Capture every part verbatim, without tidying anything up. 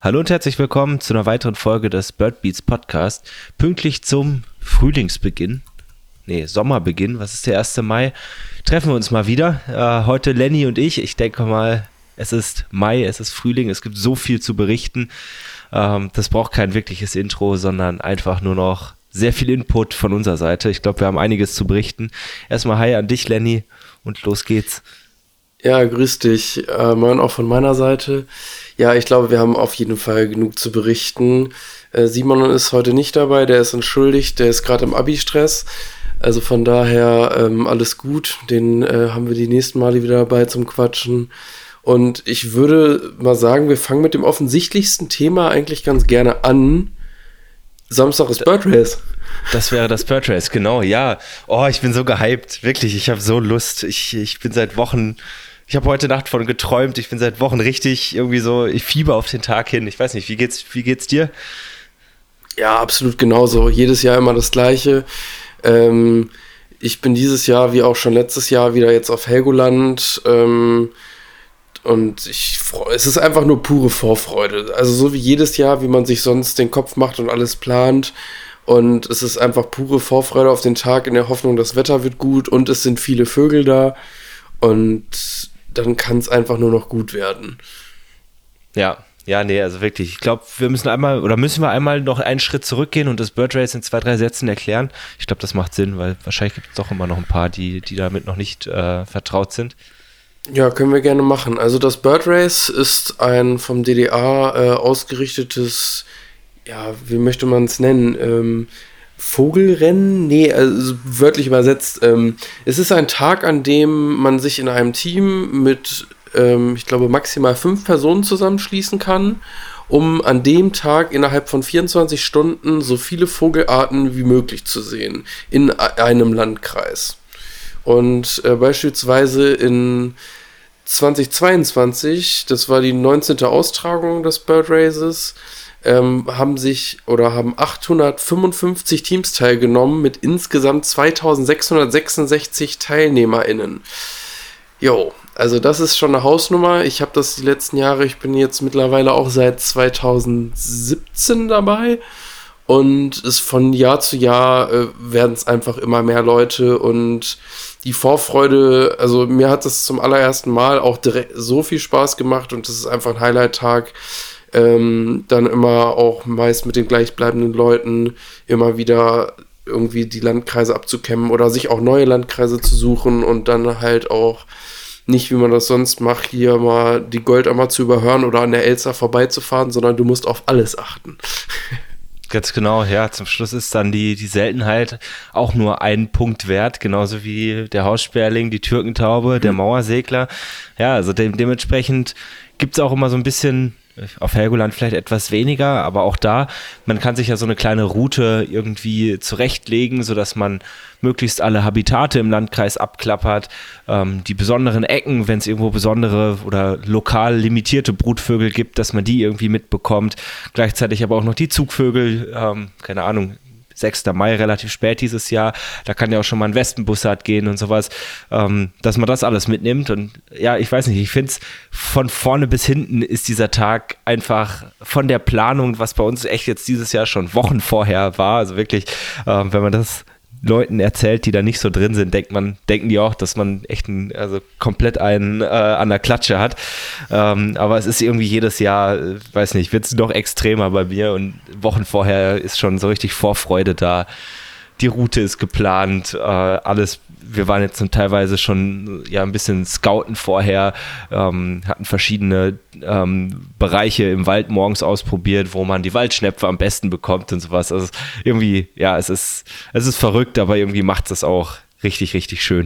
Hallo und herzlich willkommen zu einer weiteren Folge des Bird Beats Podcast. Pünktlich zum Frühlingsbeginn, nee, Sommerbeginn, was ist der erste Mai, treffen wir uns mal wieder. Äh, heute Lenny und ich, ich denke mal, es ist Mai, es ist Frühling, es gibt so viel zu berichten. Ähm, das braucht kein wirkliches Intro, sondern einfach nur noch sehr viel Input von unserer Seite. Ich glaube, wir haben einiges zu berichten. Erstmal hi an dich, Lenny, und los geht's. Ja, grüß dich. Äh, moin auch von meiner Seite. Ja, ich glaube, wir haben auf jeden Fall genug zu berichten. Äh, Simon ist heute nicht dabei, der ist entschuldigt, der ist gerade im Abi-Stress. Also von daher ähm, alles gut. Den äh, haben wir die nächsten Male wieder dabei zum Quatschen. Und ich würde mal sagen, wir fangen mit dem offensichtlichsten Thema eigentlich ganz gerne an. Samstag ist Bird Race. Das wäre das Bird Race, genau, ja. Oh, ich bin so gehypt, wirklich, ich habe so Lust. Ich, ich bin seit Wochen, ich habe heute Nacht von geträumt, ich bin seit Wochen richtig irgendwie so, ich fieber auf den Tag hin. Ich weiß nicht, wie geht's, wie geht's dir? Ja, absolut genauso. Jedes Jahr immer das Gleiche. Ähm, ich bin dieses Jahr, wie auch schon letztes Jahr, wieder jetzt auf Helgoland. Ähm, und ich freu, es ist einfach nur pure Vorfreude. Also so wie jedes Jahr, wie man sich sonst den Kopf macht und alles plant. Und es ist einfach pure Vorfreude auf den Tag in der Hoffnung, das Wetter wird gut und es sind viele Vögel da. Und dann kann es einfach nur noch gut werden. Ja, ja, nee, also wirklich. Ich glaube, wir müssen einmal, oder müssen wir einmal noch einen Schritt zurückgehen und das Bird Race in zwei, drei Sätzen erklären. Ich glaube, das macht Sinn, weil wahrscheinlich gibt es doch immer noch ein paar, die, die damit noch nicht äh, vertraut sind. Ja, können wir gerne machen. Also das Bird Race ist ein vom D D A äh, ausgerichtetes, ja, wie möchte man es nennen, ähm, Vogelrennen? Nee, also wörtlich übersetzt. Ähm, es ist ein Tag, an dem man sich in einem Team mit, ähm, ich glaube, maximal fünf Personen zusammenschließen kann, um an dem Tag innerhalb von vierundzwanzig Stunden so viele Vogelarten wie möglich zu sehen in einem Landkreis. Und äh, beispielsweise in zweitausendzweiundzwanzig, das war die neunzehnte Austragung des Bird Races, ähm, haben sich oder haben achthundertfünfundfünfzig Teams teilgenommen mit insgesamt zweitausendsechshundertsechsundsechzig TeilnehmerInnen. Jo, also das ist schon eine Hausnummer. Ich habe das die letzten Jahre, ich bin jetzt mittlerweile auch seit zweitausendsiebzehn dabei. Und es von Jahr zu Jahr äh, werden es einfach immer mehr Leute und die Vorfreude, also mir hat das zum allerersten Mal auch direkt so viel Spaß gemacht und das ist einfach ein Highlight-Tag, ähm, dann immer auch meist mit den gleichbleibenden Leuten immer wieder irgendwie die Landkreise abzukämmen oder sich auch neue Landkreise zu suchen und dann halt auch nicht, wie man das sonst macht, hier mal die Goldammer zu überhören oder an der Elster vorbeizufahren, sondern du musst auf alles achten. Ganz genau, ja, zum Schluss ist dann die, die Seltenheit auch nur ein Punkt wert, genauso wie der Haussperling, die Türkentaube, der Mauersegler. Ja, also de- dementsprechend gibt es auch immer so ein bisschen, auf Helgoland vielleicht etwas weniger, aber auch da, man kann sich ja so eine kleine Route irgendwie zurechtlegen, sodass man möglichst alle Habitate im Landkreis abklappert, ähm, die besonderen Ecken, wenn es irgendwo besondere oder lokal limitierte Brutvögel gibt, dass man die irgendwie mitbekommt, gleichzeitig aber auch noch die Zugvögel, ähm, keine Ahnung, sechster Mai, relativ spät dieses Jahr, da kann ja auch schon mal ein Wespenbussard gehen und sowas, ähm, dass man das alles mitnimmt und ja, ich weiß nicht, ich finde es von vorne bis hinten ist dieser Tag einfach von der Planung, was bei uns echt jetzt dieses Jahr schon Wochen vorher war, also wirklich, ähm, wenn man das Leuten erzählt, die da nicht so drin sind, denkt man, denken die auch, dass man echt einen, also komplett einen äh, an der Klatsche hat. Ähm, aber es ist irgendwie jedes Jahr, äh, weiß nicht, wird es noch extremer bei mir und Wochen vorher ist schon so richtig Vorfreude da. Die Route ist geplant, äh, alles. Wir waren jetzt teilweise schon ja ein bisschen scouten vorher, ähm, hatten verschiedene ähm, Bereiche im Wald morgens ausprobiert, wo man die Waldschnepfe am besten bekommt und sowas. Also irgendwie, ja, es ist, es ist verrückt, aber irgendwie macht es auch richtig, richtig schön.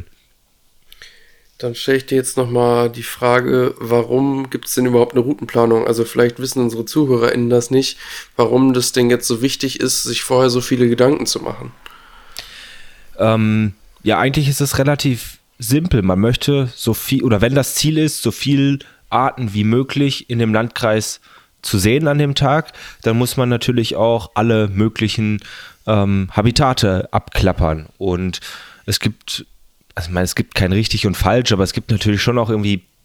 Dann stelle ich dir jetzt nochmal die Frage, warum gibt es denn überhaupt eine Routenplanung? Also vielleicht wissen unsere ZuhörerInnen das nicht, warum das Ding jetzt so wichtig ist, sich vorher so viele Gedanken zu machen. Ähm, ja, eigentlich ist es relativ simpel. Man möchte so viel, oder wenn das Ziel ist, so viel Arten wie möglich in dem Landkreis zu sehen an dem Tag, dann muss man natürlich auch alle möglichen ähm, Habitate abklappern. Und es gibt, also ich meine, es gibt kein richtig und falsch, aber es gibt natürlich schon auch irgendwie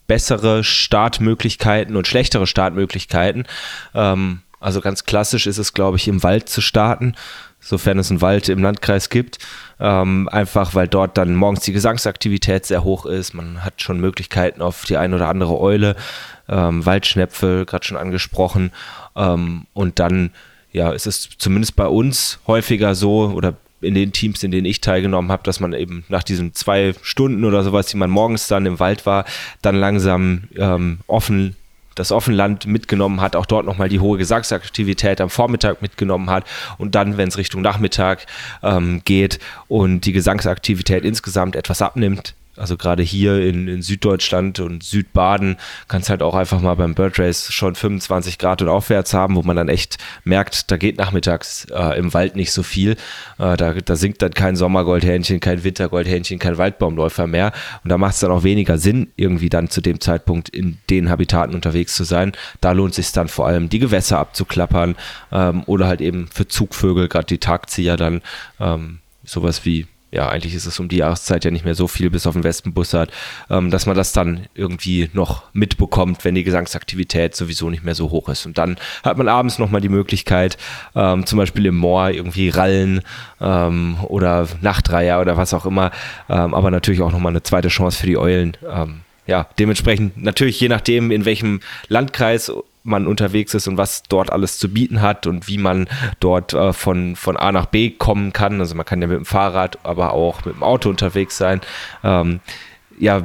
bessere Startmöglichkeiten und schlechtere Startmöglichkeiten. Ähm, also ganz klassisch ist es, glaube ich, im Wald zu starten, sofern es einen Wald im Landkreis gibt. Ähm, einfach, weil dort dann morgens die Gesangsaktivität sehr hoch ist. Man hat schon Möglichkeiten auf die ein oder andere Eule, ähm, Waldschnepfe, gerade schon angesprochen. Ähm, und dann, ja, ist es zumindest bei uns häufiger so, oder in den Teams, in denen ich teilgenommen habe, dass man eben nach diesen zwei Stunden oder sowas, die man morgens dann im Wald war, dann langsam ähm, offen das Offenland mitgenommen hat, auch dort nochmal die hohe Gesangsaktivität am Vormittag mitgenommen hat und dann, wenn es Richtung Nachmittag ähm, geht und die Gesangsaktivität insgesamt etwas abnimmt, also gerade hier in, in Süddeutschland und Südbaden kann es halt auch einfach mal beim Bird Race schon fünfundzwanzig Grad und aufwärts haben, wo man dann echt merkt, da geht nachmittags äh, im Wald nicht so viel. Äh, da, da singt dann kein Sommergoldhähnchen, kein Wintergoldhähnchen, kein Waldbaumläufer mehr. Und da macht es dann auch weniger Sinn, irgendwie dann zu dem Zeitpunkt in den Habitaten unterwegs zu sein. Da lohnt es sich dann vor allem, die Gewässer abzuklappern ähm, oder halt eben für Zugvögel, gerade die Tagzieher dann ähm, sowas wie, ja, eigentlich ist es um die Jahreszeit ja nicht mehr so viel, bis auf den Wespenbussard, ähm, dass man das dann irgendwie noch mitbekommt, wenn die Gesangsaktivität sowieso nicht mehr so hoch ist. Und dann hat man abends nochmal die Möglichkeit, ähm, zum Beispiel im Moor irgendwie Rallen ähm, oder Nachtreiher oder was auch immer, ähm, aber natürlich auch nochmal eine zweite Chance für die Eulen. Ähm, ja, dementsprechend natürlich je nachdem, in welchem Landkreis man unterwegs ist und was dort alles zu bieten hat und wie man dort äh, von, von A nach B kommen kann. Also man kann ja mit dem Fahrrad, aber auch mit dem Auto unterwegs sein. Ähm, ja,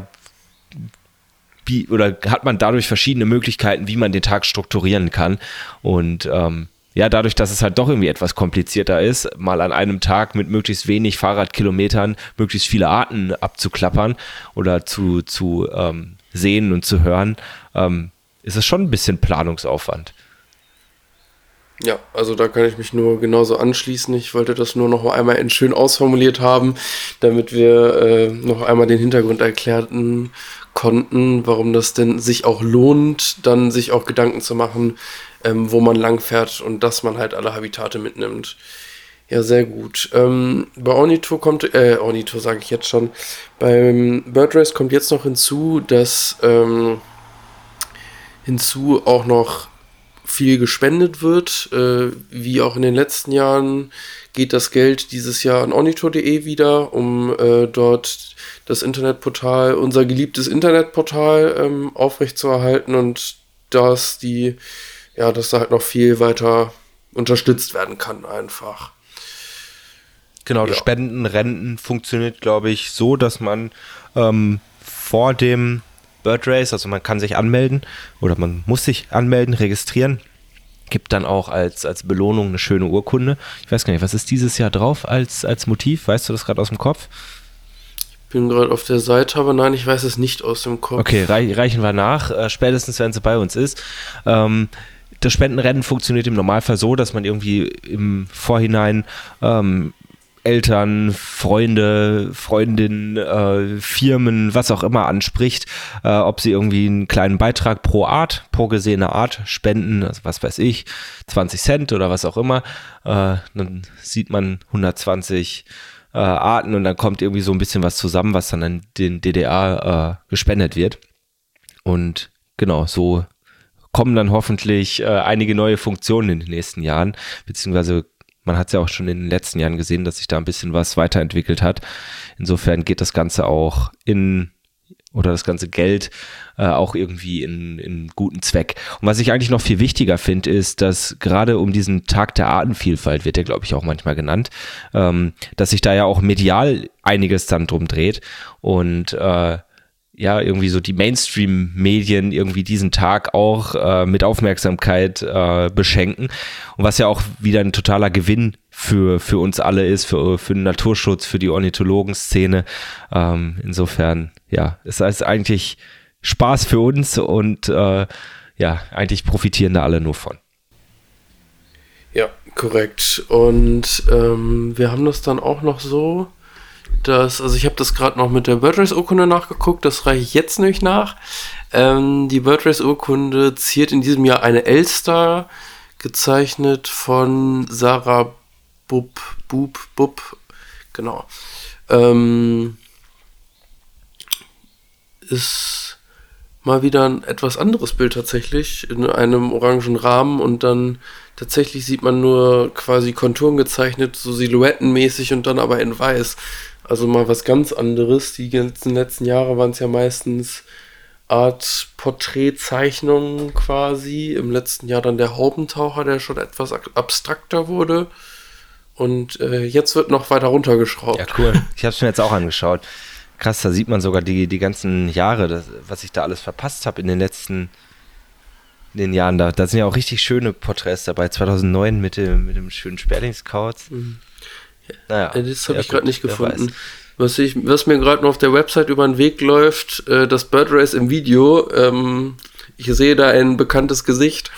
wie, oder hat man dadurch verschiedene Möglichkeiten, wie man den Tag strukturieren kann. Und ähm, ja, dadurch, dass es halt doch irgendwie etwas komplizierter ist, mal an einem Tag mit möglichst wenig Fahrradkilometern möglichst viele Arten abzuklappern oder zu, zu ähm, sehen und zu hören, ähm, ist es schon ein bisschen Planungsaufwand. Ja, also da kann ich mich nur genauso anschließen. Ich wollte das nur noch einmal in schön ausformuliert haben, damit wir äh, noch einmal den Hintergrund erklären konnten, warum das denn sich auch lohnt, dann sich auch Gedanken zu machen, ähm, wo man langfährt und dass man halt alle Habitate mitnimmt. Ja, sehr gut. Ähm, bei Ornithor kommt, äh, Ornithor sage ich jetzt schon, beim Bird Race kommt jetzt noch hinzu, dass ähm, hinzu auch noch viel gespendet wird. Äh, wie auch in den letzten Jahren geht das Geld dieses Jahr an ornithor punkt de wieder, um äh, dort das Internetportal, unser geliebtes Internetportal ähm, aufrechtzuerhalten und dass die, ja, dass da halt noch viel weiter unterstützt werden kann einfach. Genau, das Ja. Spendenrennen funktioniert, glaube ich, so, dass man ähm, vor dem Bird Race, also man kann sich anmelden oder man muss sich anmelden, registrieren, gibt dann auch als, als Belohnung eine schöne Urkunde. Ich weiß gar nicht, was ist dieses Jahr drauf als, als Motiv? Weißt du das gerade aus dem Kopf? Ich bin gerade auf der Seite, aber nein, ich weiß es nicht aus dem Kopf. Okay, rei- reichen wir nach, äh, spätestens wenn sie bei uns ist. Ähm, das Spendenrennen funktioniert im Normalfall so, dass man irgendwie im Vorhinein ähm, Eltern, Freunde, Freundinnen, äh, Firmen, was auch immer anspricht, äh, ob sie irgendwie einen kleinen Beitrag pro Art, pro gesehene Art spenden, also was weiß ich, zwanzig Cent oder was auch immer, äh, dann sieht man hundertzwanzig äh, Arten und dann kommt irgendwie so ein bisschen was zusammen, was dann an den D D A äh, gespendet wird. Und genau, so kommen dann hoffentlich äh, einige neue Funktionen in den nächsten Jahren, beziehungsweise man hat es ja auch schon in den letzten Jahren gesehen, dass sich da ein bisschen was weiterentwickelt hat. Insofern geht das Ganze auch in, oder das ganze Geld äh, auch irgendwie in, in guten Zweck. Und was ich eigentlich noch viel wichtiger finde, ist, dass gerade um diesen Tag der Artenvielfalt, wird der, glaube ich, auch manchmal genannt, ähm, dass sich da ja auch medial einiges dann drum dreht und äh, ja, irgendwie so die Mainstream-Medien irgendwie diesen Tag auch äh, mit Aufmerksamkeit äh, beschenken. Und was ja auch wieder ein totaler Gewinn für, für uns alle ist, für, für den Naturschutz, für die Ornithologenszene. Ähm, insofern, ja, es ist eigentlich Spaß für uns und äh, ja, eigentlich profitieren da alle nur von. Ja, korrekt. Und ähm, wir haben das dann auch noch so, dass, also ich habe das gerade noch mit der Bird Race Urkunde nachgeguckt, das reiche ich jetzt nicht nach. Ähm, die Bird Race Urkunde ziert in diesem Jahr eine Elster, gezeichnet von Sarah Bub, Bub, Bub, genau. Ähm, ist mal wieder ein etwas anderes Bild tatsächlich, in einem orangen Rahmen und dann tatsächlich sieht man nur quasi Konturen gezeichnet, so silhouettenmäßig und dann aber in weiß. Also mal was ganz anderes. Die ganzen letzten Jahre waren es ja meistens Art Porträtzeichnungen quasi. Im letzten Jahr dann der Haubentaucher, der schon etwas abstrakter wurde. Und äh, jetzt wird noch weiter runtergeschraubt. Ja, cool. Ich habe es mir jetzt auch angeschaut. Krass, da sieht man sogar die, die ganzen Jahre, das, was ich da alles verpasst habe in den letzten in den Jahren. Da, da sind ja auch richtig schöne Porträts dabei. zweitausendneun mit dem, mit dem schönen Sperlingskauz. Mhm. Naja, ja, das habe ja, ich gerade nicht wer gefunden. weiß. Was, ich, was mir gerade noch auf der Website über den Weg läuft, äh, das Bird Race im Video. Ähm, ich sehe da ein bekanntes Gesicht.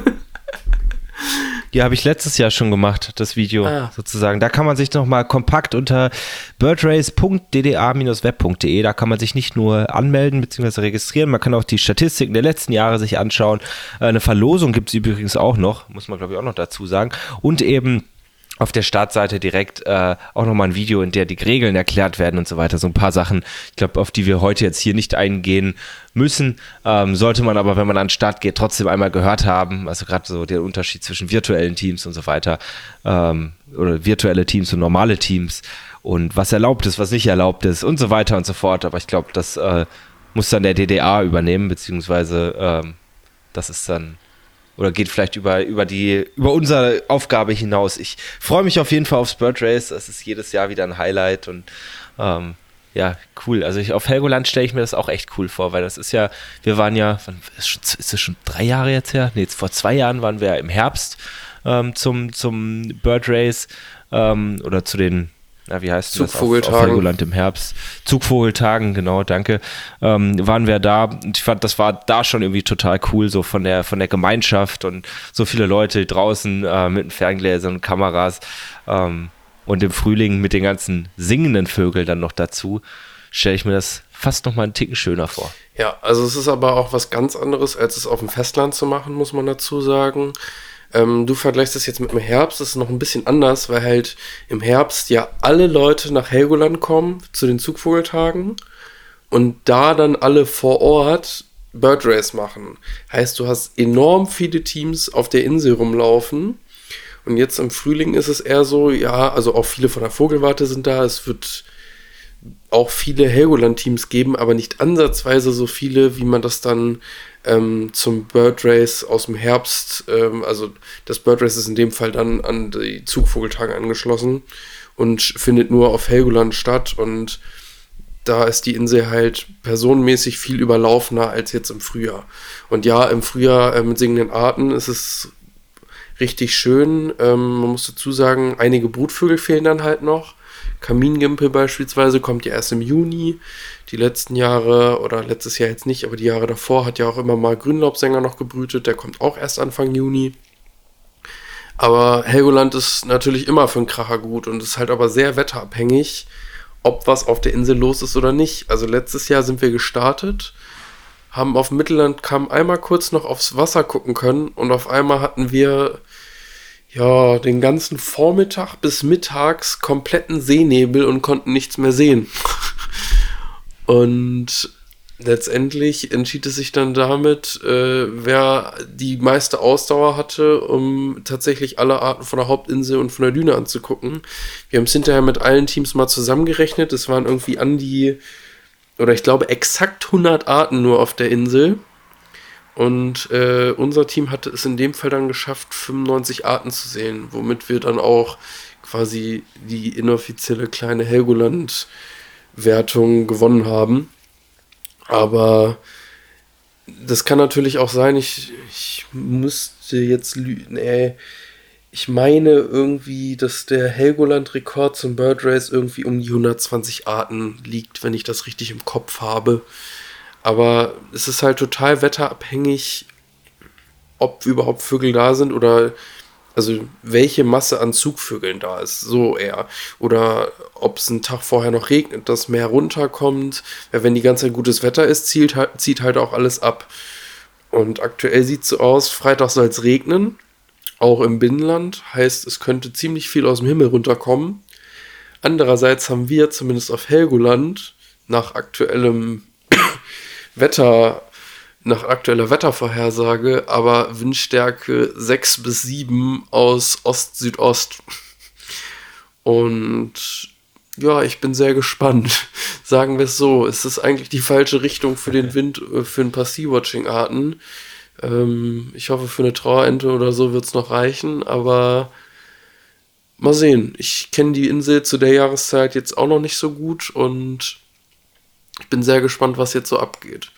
Die habe ich letztes Jahr schon gemacht, das Video ah. sozusagen. Da kann man sich nochmal kompakt unter birdrace punkt d d a Bindestrich web punkt d e, da kann man sich nicht nur anmelden bzw. registrieren, man kann auch die Statistiken der letzten Jahre sich anschauen. Eine Verlosung gibt es übrigens auch noch, muss man glaube ich auch noch dazu sagen. Und eben auf der Startseite direkt äh, auch nochmal ein Video, in der die Regeln erklärt werden und so weiter. So ein paar Sachen, ich glaube, auf die wir heute jetzt hier nicht eingehen müssen. Ähm, sollte man aber, wenn man an den Start geht, trotzdem einmal gehört haben. Also gerade so der Unterschied zwischen virtuellen Teams und so weiter. Ähm, oder virtuelle Teams und normale Teams. Und was erlaubt ist, was nicht erlaubt ist und so weiter und so fort. Aber ich glaube, das äh, muss dann der D D A übernehmen, beziehungsweise ähm, das ist dann oder geht vielleicht über, über die, über unsere Aufgabe hinaus. Ich freue mich auf jeden Fall aufs Bird Race. Es ist jedes Jahr wieder ein Highlight und ähm, ja, cool. Also ich, auf Helgoland stelle ich mir das auch echt cool vor, weil das ist ja, wir waren ja, wann, ist das schon drei Jahre jetzt her? Nee, jetzt vor zwei Jahren waren wir im Herbst ähm, zum, zum Bird Race ähm, oder zu den, na, wie heißt das? Auf, auf Helgoland im Herbst. Zugvogeltagen, genau, danke. Ähm, waren wir da und ich fand, das war da schon irgendwie total cool, so von der, von der Gemeinschaft und so viele Leute draußen äh, mit Ferngläsern und Kameras ähm, und im Frühling mit den ganzen singenden Vögeln dann noch dazu, stelle ich mir das fast noch mal einen Ticken schöner vor. Ja, also es ist aber auch was ganz anderes, als es auf dem Festland zu machen, muss man dazu sagen. Ähm, du vergleichst das jetzt mit dem Herbst, das ist noch ein bisschen anders, weil halt im Herbst ja alle Leute nach Helgoland kommen zu den Zugvogeltagen und da dann alle vor Ort Bird Race machen. Heißt, du hast enorm viele Teams auf der Insel rumlaufen und jetzt im Frühling ist es eher so, ja, also auch viele von der Vogelwarte sind da, es wird auch viele Helgoland-Teams geben, aber nicht ansatzweise so viele, wie man das dann ähm, zum Bird Race aus dem Herbst, ähm, also das Bird Race ist in dem Fall dann an die Zugvogeltage angeschlossen und findet nur auf Helgoland statt und da ist die Insel halt personenmäßig viel überlaufener als jetzt im Frühjahr. Und ja, im Frühjahr äh, mit singenden Arten ist es richtig schön. Ähm, man muss dazu sagen, einige Brutvögel fehlen dann halt noch. Kamingimpel beispielsweise kommt ja erst im Juni. Die letzten Jahre, oder letztes Jahr jetzt nicht, aber die Jahre davor hat ja auch immer mal Grünlaubsänger noch gebrütet. Der kommt auch erst Anfang Juni. Aber Helgoland ist natürlich immer für einen Kracher gut und ist halt aber sehr wetterabhängig, ob was auf der Insel los ist oder nicht. Also letztes Jahr sind wir gestartet, haben auf dem Mittelland kaum einmal kurz noch aufs Wasser gucken können und auf einmal hatten wir ja, den ganzen Vormittag bis mittags kompletten Seenebel und konnten nichts mehr sehen. Und letztendlich entschied es sich dann damit, äh, wer die meiste Ausdauer hatte, um tatsächlich alle Arten von der Hauptinsel und von der Düne anzugucken. Wir haben es hinterher mit allen Teams mal zusammengerechnet. Es waren irgendwie an die, oder ich glaube exakt hundert Arten nur auf der Insel. Und äh, unser Team hatte es in dem Fall dann geschafft, fünfundneunzig Arten zu sehen, womit wir dann auch quasi die inoffizielle kleine Helgoland-Wertung gewonnen haben. Aber das kann natürlich auch sein, ich, ich müsste jetzt lügen, ey. Ich meine irgendwie, dass der Helgoland-Rekord zum Bird Race irgendwie um die hundertzwanzig Arten liegt, wenn ich das richtig im Kopf habe. Aber es ist halt total wetterabhängig, ob überhaupt Vögel da sind oder also welche Masse an Zugvögeln da ist, so eher. Oder ob es einen Tag vorher noch regnet, dass mehr runterkommt. Ja, wenn die ganze Zeit gutes Wetter ist, zieht, zieht halt auch alles ab. Und aktuell sieht es so aus, Freitag soll es regnen, auch im Binnenland. Heißt, es könnte ziemlich viel aus dem Himmel runterkommen. Andererseits haben wir zumindest auf Helgoland nach aktuellem Wetter, nach aktueller Wettervorhersage, aber Windstärke sechs bis sieben aus Ost-Südost. Und ja, ich bin sehr gespannt. Sagen wir es so, es ist eigentlich die falsche Richtung für den Wind, für ein paar Sea-Watching-Arten. Ähm, ich hoffe, für eine Trauerente oder so wird es noch reichen, aber mal sehen. Ich kenne die Insel zu der Jahreszeit jetzt auch noch nicht so gut und ich bin sehr gespannt, was jetzt so abgeht.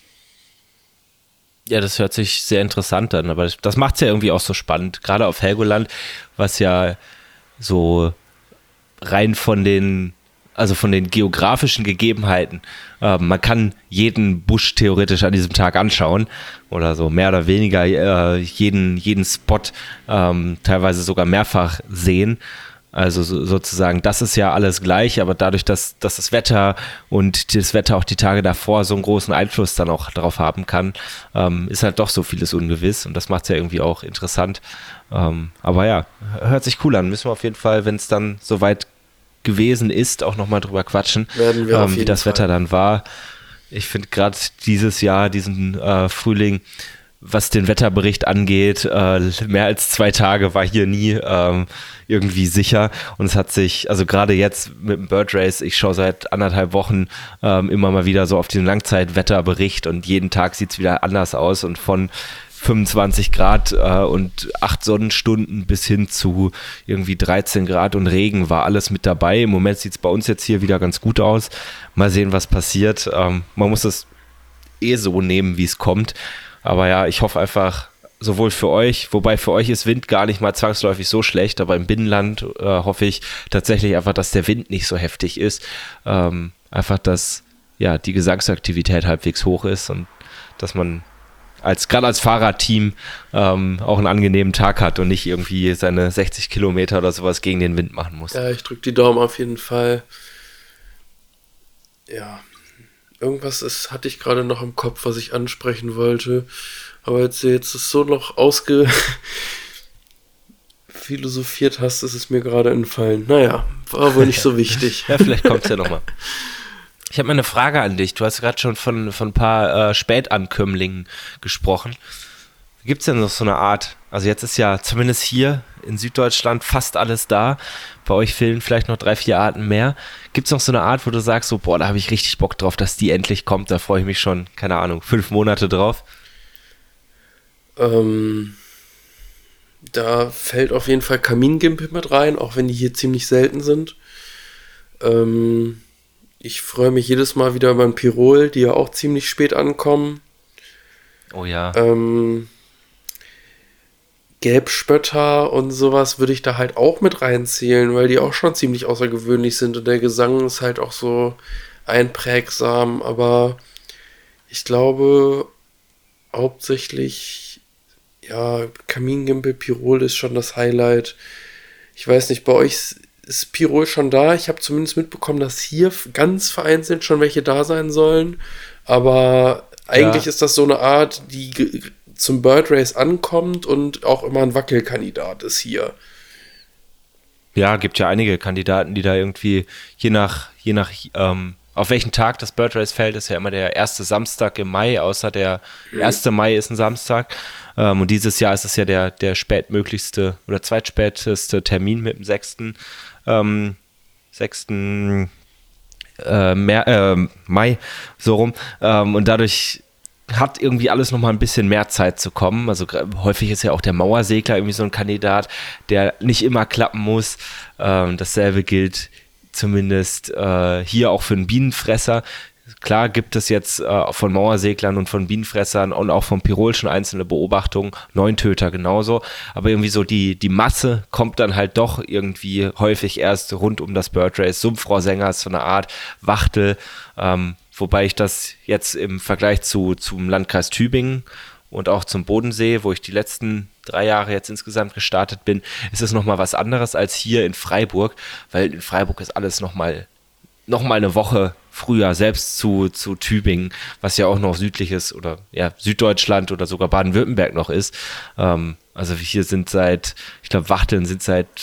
Ja, das hört sich sehr interessant an, aber das macht es ja irgendwie auch so spannend, gerade auf Helgoland, was ja so rein von den, also von den geografischen Gegebenheiten, äh, man kann jeden Busch theoretisch an diesem Tag anschauen oder so mehr oder weniger äh, jeden, jeden Spot ähm, teilweise sogar mehrfach sehen. Also so, sozusagen, das ist ja alles gleich, aber dadurch, dass, dass das Wetter und das Wetter auch die Tage davor so einen großen Einfluss dann auch darauf haben kann, ähm, ist halt doch so vieles ungewiss und das macht es ja irgendwie auch interessant. Ähm, aber ja, hört sich cool an. Müssen wir auf jeden Fall, wenn es dann soweit gewesen ist, auch nochmal drüber quatschen, Werden wir ähm, auf jeden wie das Fall. Wetter dann war. Ich finde gerade dieses Jahr, diesen äh, Frühling, was den Wetterbericht angeht, äh, mehr als zwei Tage war hier nie ähm, irgendwie sicher und es hat sich, also gerade jetzt mit dem Bird Race, ich schaue seit anderthalb Wochen ähm, immer mal wieder so auf den Langzeitwetterbericht und jeden Tag sieht es wieder anders aus und von fünfundzwanzig Grad äh, und acht Sonnenstunden bis hin zu irgendwie dreizehn Grad und Regen war alles mit dabei. Im Moment sieht es bei uns jetzt hier wieder ganz gut aus. Mal sehen, was passiert. Ähm, man muss es eh so nehmen, wie es kommt. Aber ja, ich hoffe einfach, sowohl für euch, wobei für euch ist Wind gar nicht mal zwangsläufig so schlecht, aber im Binnenland äh, hoffe ich tatsächlich einfach, dass der Wind nicht so heftig ist. Ähm, einfach, dass ja, die Gesangsaktivität halbwegs hoch ist und dass man als gerade als Fahrradteam ähm, auch einen angenehmen Tag hat und nicht irgendwie seine sechzig Kilometer oder sowas gegen den Wind machen muss. Ja, ich drücke die Daumen auf jeden Fall. Ja, irgendwas ist, hatte ich gerade noch im Kopf, was ich ansprechen wollte. Aber jetzt, jetzt ist so noch ausge philosophiert hast, ist es mir gerade entfallen. Naja, war wohl nicht so wichtig. Ja, vielleicht kommt es ja nochmal. Ich habe mal eine Frage an dich. Du hast gerade schon von, von ein paar äh, Spätankömmlingen gesprochen. Gibt es denn noch so eine Art, also jetzt ist ja zumindest hier in Süddeutschland fast alles da. Bei euch fehlen vielleicht noch drei, vier Arten mehr. Gibt es noch so eine Art, wo du sagst, so, boah, da habe ich richtig Bock drauf, dass die endlich kommt. Da freue ich mich schon, keine Ahnung, fünf Monate drauf. Ähm, da fällt auf jeden Fall Kamingimpel mit rein, auch wenn die hier ziemlich selten sind. Ähm, ich freue mich jedes Mal wieder über ein Pirol, die ja auch ziemlich spät ankommen. Oh ja. Ähm, Gelbspötter und sowas würde ich da halt auch mit reinzählen, weil die auch schon ziemlich außergewöhnlich sind und der Gesang ist halt auch so einprägsam, aber ich glaube hauptsächlich, ja, Kamingimpel, Pirol ist schon das Highlight. Ich weiß nicht, bei euch ist Pirol schon da? Ich habe zumindest mitbekommen, dass hier ganz vereinzelt schon welche da sein sollen, aber eigentlich ja. Ist das so eine Art, die ge- zum Bird Race ankommt und auch immer ein Wackelkandidat ist hier. Ja, gibt ja einige Kandidaten, die da irgendwie, je nach, je nach ähm, auf welchen Tag das Bird Race fällt, ist ja immer der erste Samstag im Mai, außer der erste Mai ist ein Samstag. Ähm, und dieses Jahr ist es ja der, der spätmöglichste oder zweitspäteste Termin mit dem sechsten Ähm, sechsten Äh, mehr, äh, Mai, so rum. Ähm, und dadurch hat irgendwie alles nochmal ein bisschen mehr Zeit zu kommen. Also häufig ist ja auch der Mauersegler irgendwie so ein Kandidat, der nicht immer klappen muss. Ähm, dasselbe gilt zumindest äh, hier auch für einen Bienenfresser. Klar gibt es jetzt äh, von Mauerseglern und von Bienenfressern und auch vom Pirol schon einzelne Beobachtungen, Neuntöter genauso, aber irgendwie so die, die Masse kommt dann halt doch irgendwie häufig erst rund um das Bird Race. Sumpfrohrsänger ist so eine Art Wachtel, ähm, wobei ich das jetzt im Vergleich zu, zum Landkreis Tübingen und auch zum Bodensee, wo ich die letzten drei Jahre jetzt insgesamt gestartet bin, ist es nochmal was anderes als hier in Freiburg, weil in Freiburg ist alles nochmal noch mal eine Woche früher, selbst zu, zu Tübingen, was ja auch noch südlich ist oder ja, Süddeutschland oder sogar Baden-Württemberg noch ist. Ähm, also hier sind seit, ich glaube, Wachteln sind seit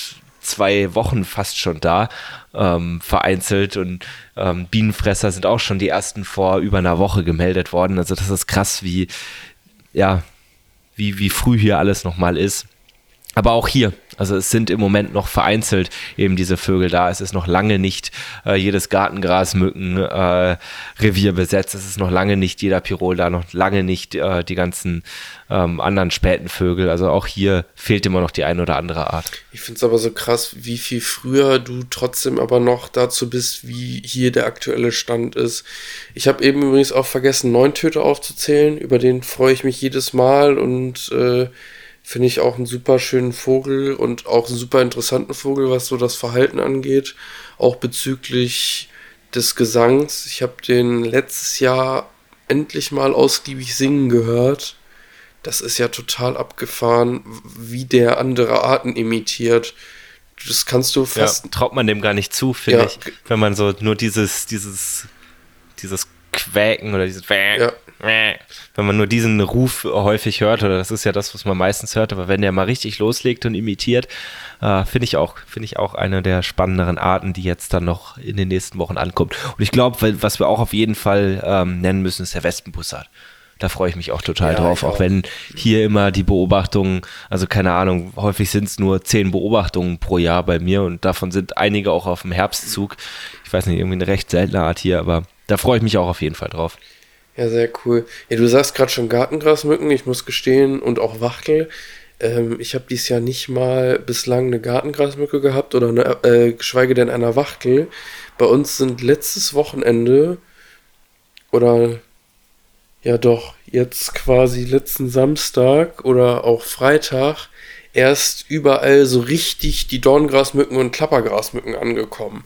zwei Wochen fast schon da, ähm, vereinzelt. Und ähm, Bienenfresser sind auch schon die ersten vor über einer Woche gemeldet worden. Also das ist krass, wie, ja, wie, wie früh hier alles nochmal ist. Aber auch hier, also es sind im Moment noch vereinzelt eben diese Vögel da. Es ist noch lange nicht äh, jedes Gartengrasmücken-Revier äh, besetzt. Es ist noch lange nicht jeder Pirol da, noch lange nicht äh, die ganzen ähm, anderen späten Vögel. Also auch hier fehlt immer noch die eine oder andere Art. Ich finde es aber so krass, wie viel früher du trotzdem aber noch dazu bist, wie hier der aktuelle Stand ist. Ich habe eben übrigens auch vergessen, Neuntöter aufzuzählen. Über den freue ich mich jedes Mal und äh, finde ich auch einen super schönen Vogel und auch einen super interessanten Vogel, was so das Verhalten angeht. Auch bezüglich des Gesangs. Ich habe den letztes Jahr endlich mal ausgiebig singen gehört. Das ist ja total abgefahren, wie der andere Arten imitiert. Das kannst du fast... Ja, traut man dem gar nicht zu, finde Ja. ich. Wenn man so nur dieses, dieses, dieses Quäken oder dieses Ja. wenn man nur diesen Ruf häufig hört, oder das ist ja das, was man meistens hört, aber wenn der mal richtig loslegt und imitiert, äh, finde ich auch, finde ich auch eine der spannenderen Arten, die jetzt dann noch in den nächsten Wochen ankommt. Und ich glaube, was wir auch auf jeden Fall ähm, nennen müssen, ist der Wespenbussard. Da freue ich mich auch total Ja, drauf, ich auch. auch. wenn hier immer die Beobachtungen, also keine Ahnung, häufig sind es nur zehn Beobachtungen pro Jahr bei mir und davon sind einige auch auf dem Herbstzug. Ich weiß nicht, irgendwie eine recht seltene Art hier, aber da freue ich mich auch auf jeden Fall drauf. Ja, sehr cool. Ja, du sagst gerade schon Gartengrasmücken, ich muss gestehen, und auch Wachtel. Ähm, ich habe dieses Jahr nicht mal bislang eine Gartengrasmücke gehabt oder eine, äh, geschweige denn einer Wachtel. Bei uns sind letztes Wochenende oder ja doch, jetzt quasi letzten Samstag oder auch Freitag erst überall so richtig die Dorngrasmücken und Klappergrasmücken angekommen.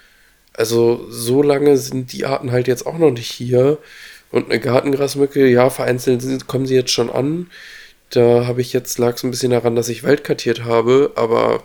Also so lange sind die Arten halt jetzt auch noch nicht hier. Und eine Gartengrasmücke, ja, vereinzelt sind, kommen sie jetzt schon an. Da habe ich jetzt, lag es ein bisschen daran, dass ich Wald kartiert habe, aber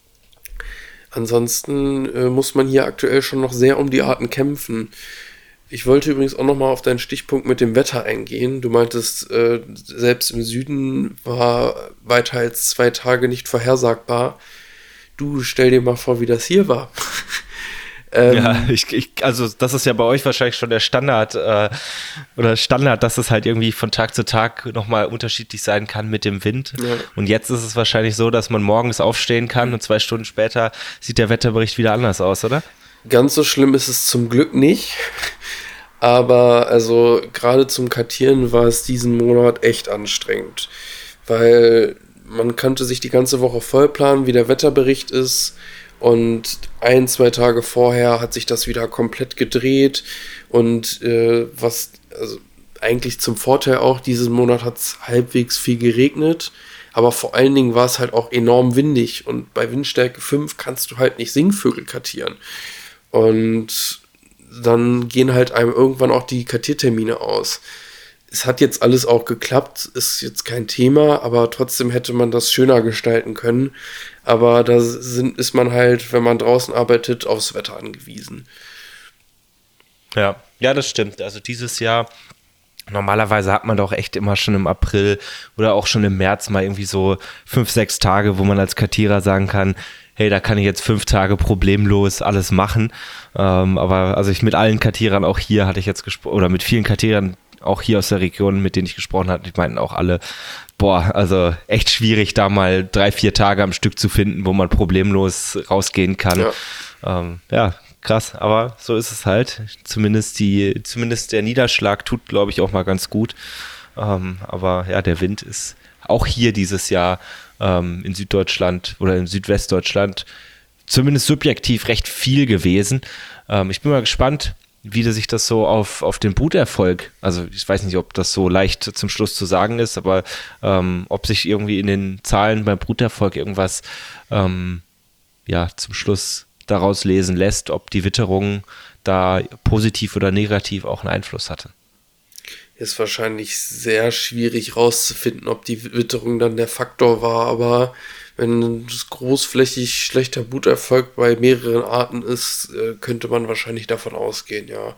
ansonsten äh, muss man hier aktuell schon noch sehr um die Arten kämpfen. Ich wollte übrigens auch nochmal auf deinen Stichpunkt mit dem Wetter eingehen. Du meintest, äh, selbst im Süden war weiter als zwei Tage nicht vorhersagbar. Du, stell dir mal vor, wie das hier war. Ähm, Ja, ich, ich, also das ist ja bei euch wahrscheinlich schon der Standard äh, oder Standard, dass es halt irgendwie von Tag zu Tag nochmal unterschiedlich sein kann mit dem Wind. Ja. Und jetzt ist es wahrscheinlich so, dass man morgens aufstehen kann und zwei Stunden später sieht der Wetterbericht wieder anders aus, oder? Ganz so schlimm ist es zum Glück nicht. Aber also gerade zum Kartieren war es diesen Monat echt anstrengend. Weil man kannte sich die ganze Woche voll planen, wie der Wetterbericht ist. Und ein, zwei Tage vorher hat sich das wieder komplett gedreht. Und äh, was also eigentlich zum Vorteil auch, diesen Monat hat es halbwegs viel geregnet. Aber vor allen Dingen war es halt auch enorm windig. Und bei Windstärke fünf kannst du halt nicht Singvögel kartieren. Und dann gehen halt einem irgendwann auch die Kartiertermine aus. Es hat jetzt alles auch geklappt, ist jetzt kein Thema, aber trotzdem hätte man das schöner gestalten können. Aber da sind, ist man halt, wenn man draußen arbeitet, aufs Wetter angewiesen. Ja, ja, das stimmt. Also dieses Jahr, normalerweise hat man doch echt immer schon im April oder auch schon im März mal irgendwie so fünf, sechs Tage, wo man als Kartierer sagen kann, hey, da kann ich jetzt fünf Tage problemlos alles machen. Ähm, aber also ich mit allen Kartierern auch hier hatte ich jetzt gesprochen, oder mit vielen Kartierern auch hier aus der Region, mit denen ich gesprochen hatte, die meinten auch alle, boah, also echt schwierig, da mal drei, vier Tage am Stück zu finden, wo man problemlos rausgehen kann. Ja. Ähm, ja, krass, aber so ist es halt. Zumindest die, zumindest der Niederschlag tut, glaube ich, auch mal ganz gut. Ähm, aber ja, der Wind ist auch hier dieses Jahr ähm, in Süddeutschland oder in Südwestdeutschland zumindest subjektiv recht viel gewesen. Ähm, ich bin mal gespannt, wie sich das so auf, auf den Bruterfolg, also ich weiß nicht, ob das so leicht zum Schluss zu sagen ist, aber ähm, ob sich irgendwie in den Zahlen beim Bruterfolg irgendwas ähm, ja, zum Schluss daraus lesen lässt, ob die Witterung da positiv oder negativ auch einen Einfluss hatte. Ist wahrscheinlich sehr schwierig rauszufinden, ob die Witterung dann der Faktor war, aber wenn es großflächig schlechter Bruterfolg bei mehreren Arten ist, könnte man wahrscheinlich davon ausgehen, ja.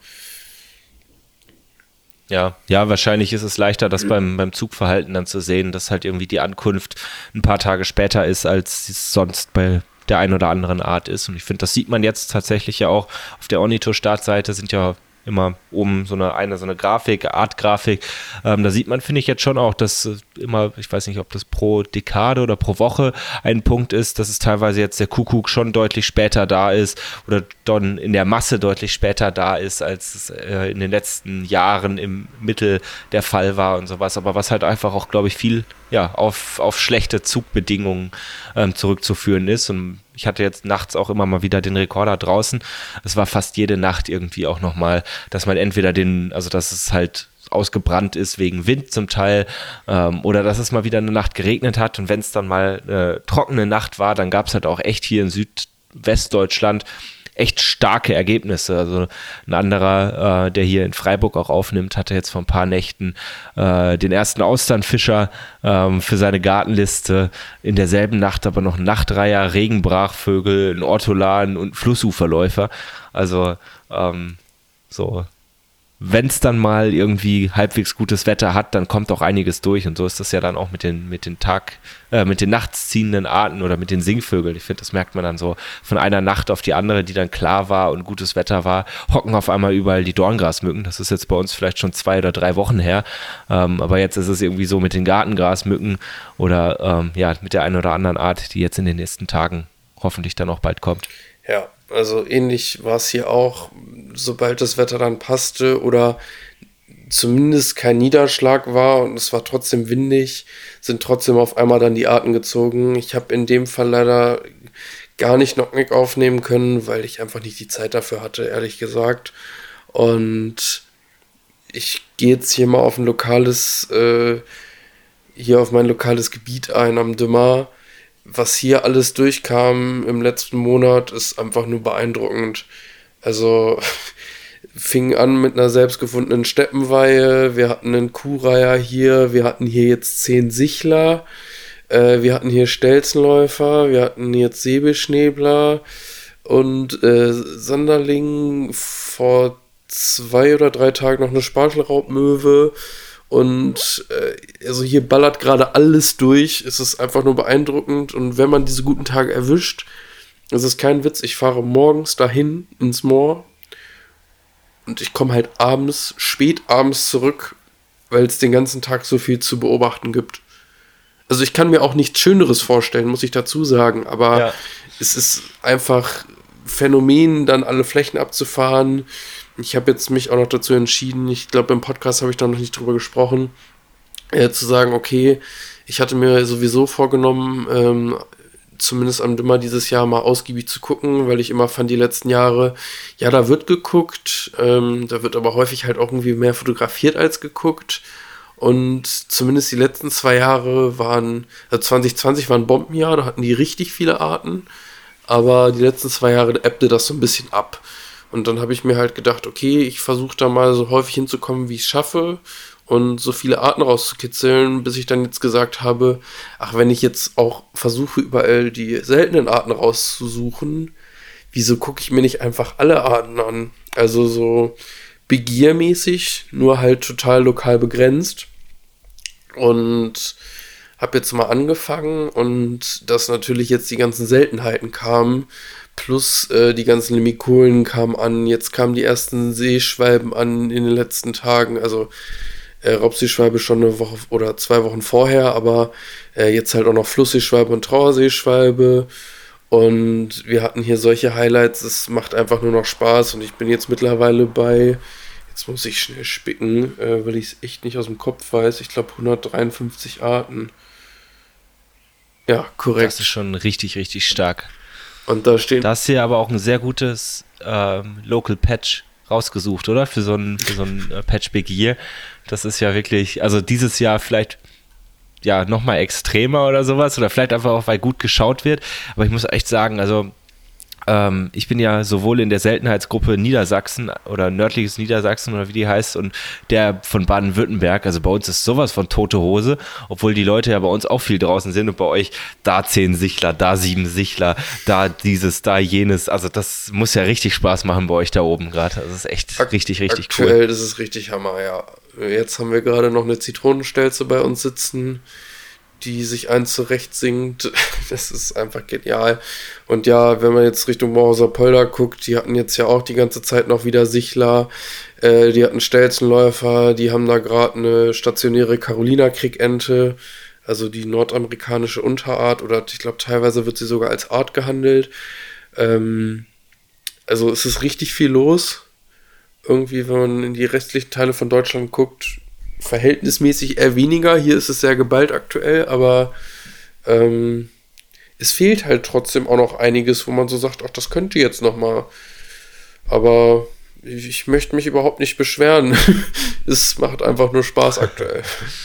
Ja, ja, wahrscheinlich ist es leichter, das beim, beim Zugverhalten dann zu sehen, dass halt irgendwie die Ankunft ein paar Tage später ist, als es sonst bei der einen oder anderen Art ist. Und ich finde, das sieht man jetzt tatsächlich ja auch auf der Ornitho-Startseite, sind ja immer oben so eine, eine so eine Grafik, Artgrafik. Ähm, da sieht man, finde ich jetzt schon auch, dass äh, immer, ich weiß nicht, ob das pro Dekade oder pro Woche ein Punkt ist, dass es teilweise jetzt der Kuckuck schon deutlich später da ist oder dann in der Masse deutlich später da ist, als es äh, in den letzten Jahren im Mittel der Fall war und sowas. Aber was halt einfach auch, glaube ich, viel ja, auf, auf schlechte Zugbedingungen ähm, zurückzuführen ist. Und ich hatte jetzt nachts auch immer mal wieder den Rekorder draußen. Es war fast jede Nacht irgendwie auch nochmal, dass man entweder den, also dass es halt ausgebrannt ist wegen Wind zum Teil ähm, oder dass es mal wieder eine Nacht geregnet hat. Und wenn es dann mal eine trockene Nacht war, dann gab es halt auch echt hier in Südwestdeutschland echt starke Ergebnisse. Also ein anderer, äh, der hier in Freiburg auch aufnimmt, hatte jetzt vor ein paar Nächten äh, den ersten Austernfischer ähm, für seine Gartenliste. In derselben Nacht aber noch ein Nachtreiher, Regenbrachvögel, ein Ortolan und ein Flussuferläufer. Also ähm, so, wenn es dann mal irgendwie halbwegs gutes Wetter hat, dann kommt auch einiges durch. Und so ist das ja dann auch mit den, mit den Tag, äh, mit den nachts ziehenden Arten oder mit den Singvögeln. Ich finde, das merkt man dann so von einer Nacht auf die andere, die dann klar war und gutes Wetter war, hocken auf einmal überall die Dorngrasmücken. Das ist jetzt bei uns vielleicht schon zwei oder drei Wochen her. Ähm, aber jetzt ist es irgendwie so mit den Gartengrasmücken oder ähm, ja, mit der einen oder anderen Art, die jetzt in den nächsten Tagen hoffentlich dann auch bald kommt. Ja, also ähnlich war es hier auch, sobald das Wetter dann passte oder zumindest kein Niederschlag war und es war trotzdem windig, sind trotzdem auf einmal dann die Arten gezogen. Ich habe in dem Fall leider gar nicht Knockneck aufnehmen können, weil ich einfach nicht die Zeit dafür hatte, ehrlich gesagt. Und ich gehe jetzt hier mal auf ein lokales, äh, hier auf mein lokales Gebiet ein am Dümmer. Was hier alles durchkam im letzten Monat, ist einfach nur beeindruckend. Also fing an mit einer selbstgefundenen Steppenweihe, wir hatten einen Kuhreiher hier, wir hatten hier jetzt zehn Sichler, äh, wir hatten hier Stelzenläufer, wir hatten jetzt Säbelschnäbler und äh, Sanderling, vor zwei oder drei Tagen noch eine Spargelraubmöwe. Und äh, also hier ballert gerade alles durch. Es ist einfach nur beeindruckend. Und wenn man diese guten Tage erwischt, es ist kein Witz, ich fahre morgens dahin ins Moor und ich komme halt abends, spät abends zurück, weil es den ganzen Tag so viel zu beobachten gibt. Also ich kann mir auch nichts Schöneres vorstellen, muss ich dazu sagen. Aber ja, es ist einfach Phänomen, dann alle Flächen abzufahren. Ich habe jetzt mich auch noch dazu entschieden, ich glaube im Podcast habe ich da noch nicht drüber gesprochen, äh, zu sagen, okay, ich hatte mir sowieso vorgenommen, ähm, zumindest am Dümmer dieses Jahr mal ausgiebig zu gucken, weil ich immer fand, die letzten Jahre, ja, da wird geguckt, ähm, da wird aber häufig halt auch irgendwie mehr fotografiert als geguckt. Und zumindest die letzten zwei Jahre waren, also zwanzig zwanzig war ein Bombenjahr, da hatten die richtig viele Arten, aber die letzten zwei Jahre ebbte das so ein bisschen ab. Und dann habe ich mir halt gedacht, okay, ich versuche da mal so häufig hinzukommen, wie ich es schaffe und so viele Arten rauszukitzeln, bis ich dann jetzt gesagt habe, ach, wenn ich jetzt auch versuche, überall die seltenen Arten rauszusuchen, wieso gucke ich mir nicht einfach alle Arten an? Also so begiermäßig, nur halt total lokal begrenzt. Und habe jetzt mal angefangen und dass natürlich jetzt die ganzen Seltenheiten kamen, plus äh, die ganzen Limikolen kamen an, jetzt kamen die ersten Seeschwalben an in den letzten Tagen, also äh, Raubseeschwalbe schon eine Woche oder zwei Wochen vorher, aber äh, jetzt halt auch noch Flussseeschwalbe und Trauerseeschwalbe und wir hatten hier solche Highlights, es macht einfach nur noch Spaß und ich bin jetzt mittlerweile bei, jetzt muss ich schnell spicken, äh, weil ich es echt nicht aus dem Kopf weiß, ich glaube hundertdreiundfünfzig Arten. Ja, korrekt. Das ist schon richtig, richtig stark. Und da stehen. Da hast du ja aber auch ein sehr gutes ähm, Local Patch rausgesucht, oder? Für so ein, für so ein äh, Patch Big Year. Das ist ja wirklich, also dieses Jahr vielleicht ja nochmal extremer oder sowas. Oder vielleicht einfach auch, weil gut geschaut wird. Aber ich muss echt sagen, also ähm, ich bin ja sowohl in der Seltenheitsgruppe Niedersachsen oder nördliches Niedersachsen oder wie die heißt und der von Baden-Württemberg, also bei uns ist sowas von tote Hose, obwohl die Leute ja bei uns auch viel draußen sind und bei euch da zehn Sichler, da sieben Sichler, da dieses, da jenes, also das muss ja richtig Spaß machen bei euch da oben gerade, das ist echt Ak- richtig, richtig aktuell cool. Aktuell, das ist richtig Hammer, ja. Jetzt haben wir gerade noch eine Zitronenstelze bei uns sitzen, die sich ein zurecht singt. Das ist einfach genial. Und ja, wenn man jetzt Richtung Mauser Polder guckt, die hatten jetzt ja auch die ganze Zeit noch wieder Sichler, äh, die hatten Stelzenläufer, die haben da gerade eine stationäre Carolina-Kriegente, also die nordamerikanische Unterart, oder ich glaube teilweise wird sie sogar als Art gehandelt. Ähm, also es ist richtig viel los. Irgendwie, wenn man in die restlichen Teile von Deutschland guckt, verhältnismäßig eher weniger. Hier ist es sehr geballt aktuell, aber ähm, es fehlt halt trotzdem auch noch einiges, wo man so sagt, ach, das könnte jetzt noch mal. Aber ich, ich möchte mich überhaupt nicht beschweren. Es macht einfach nur Spaß aktuell.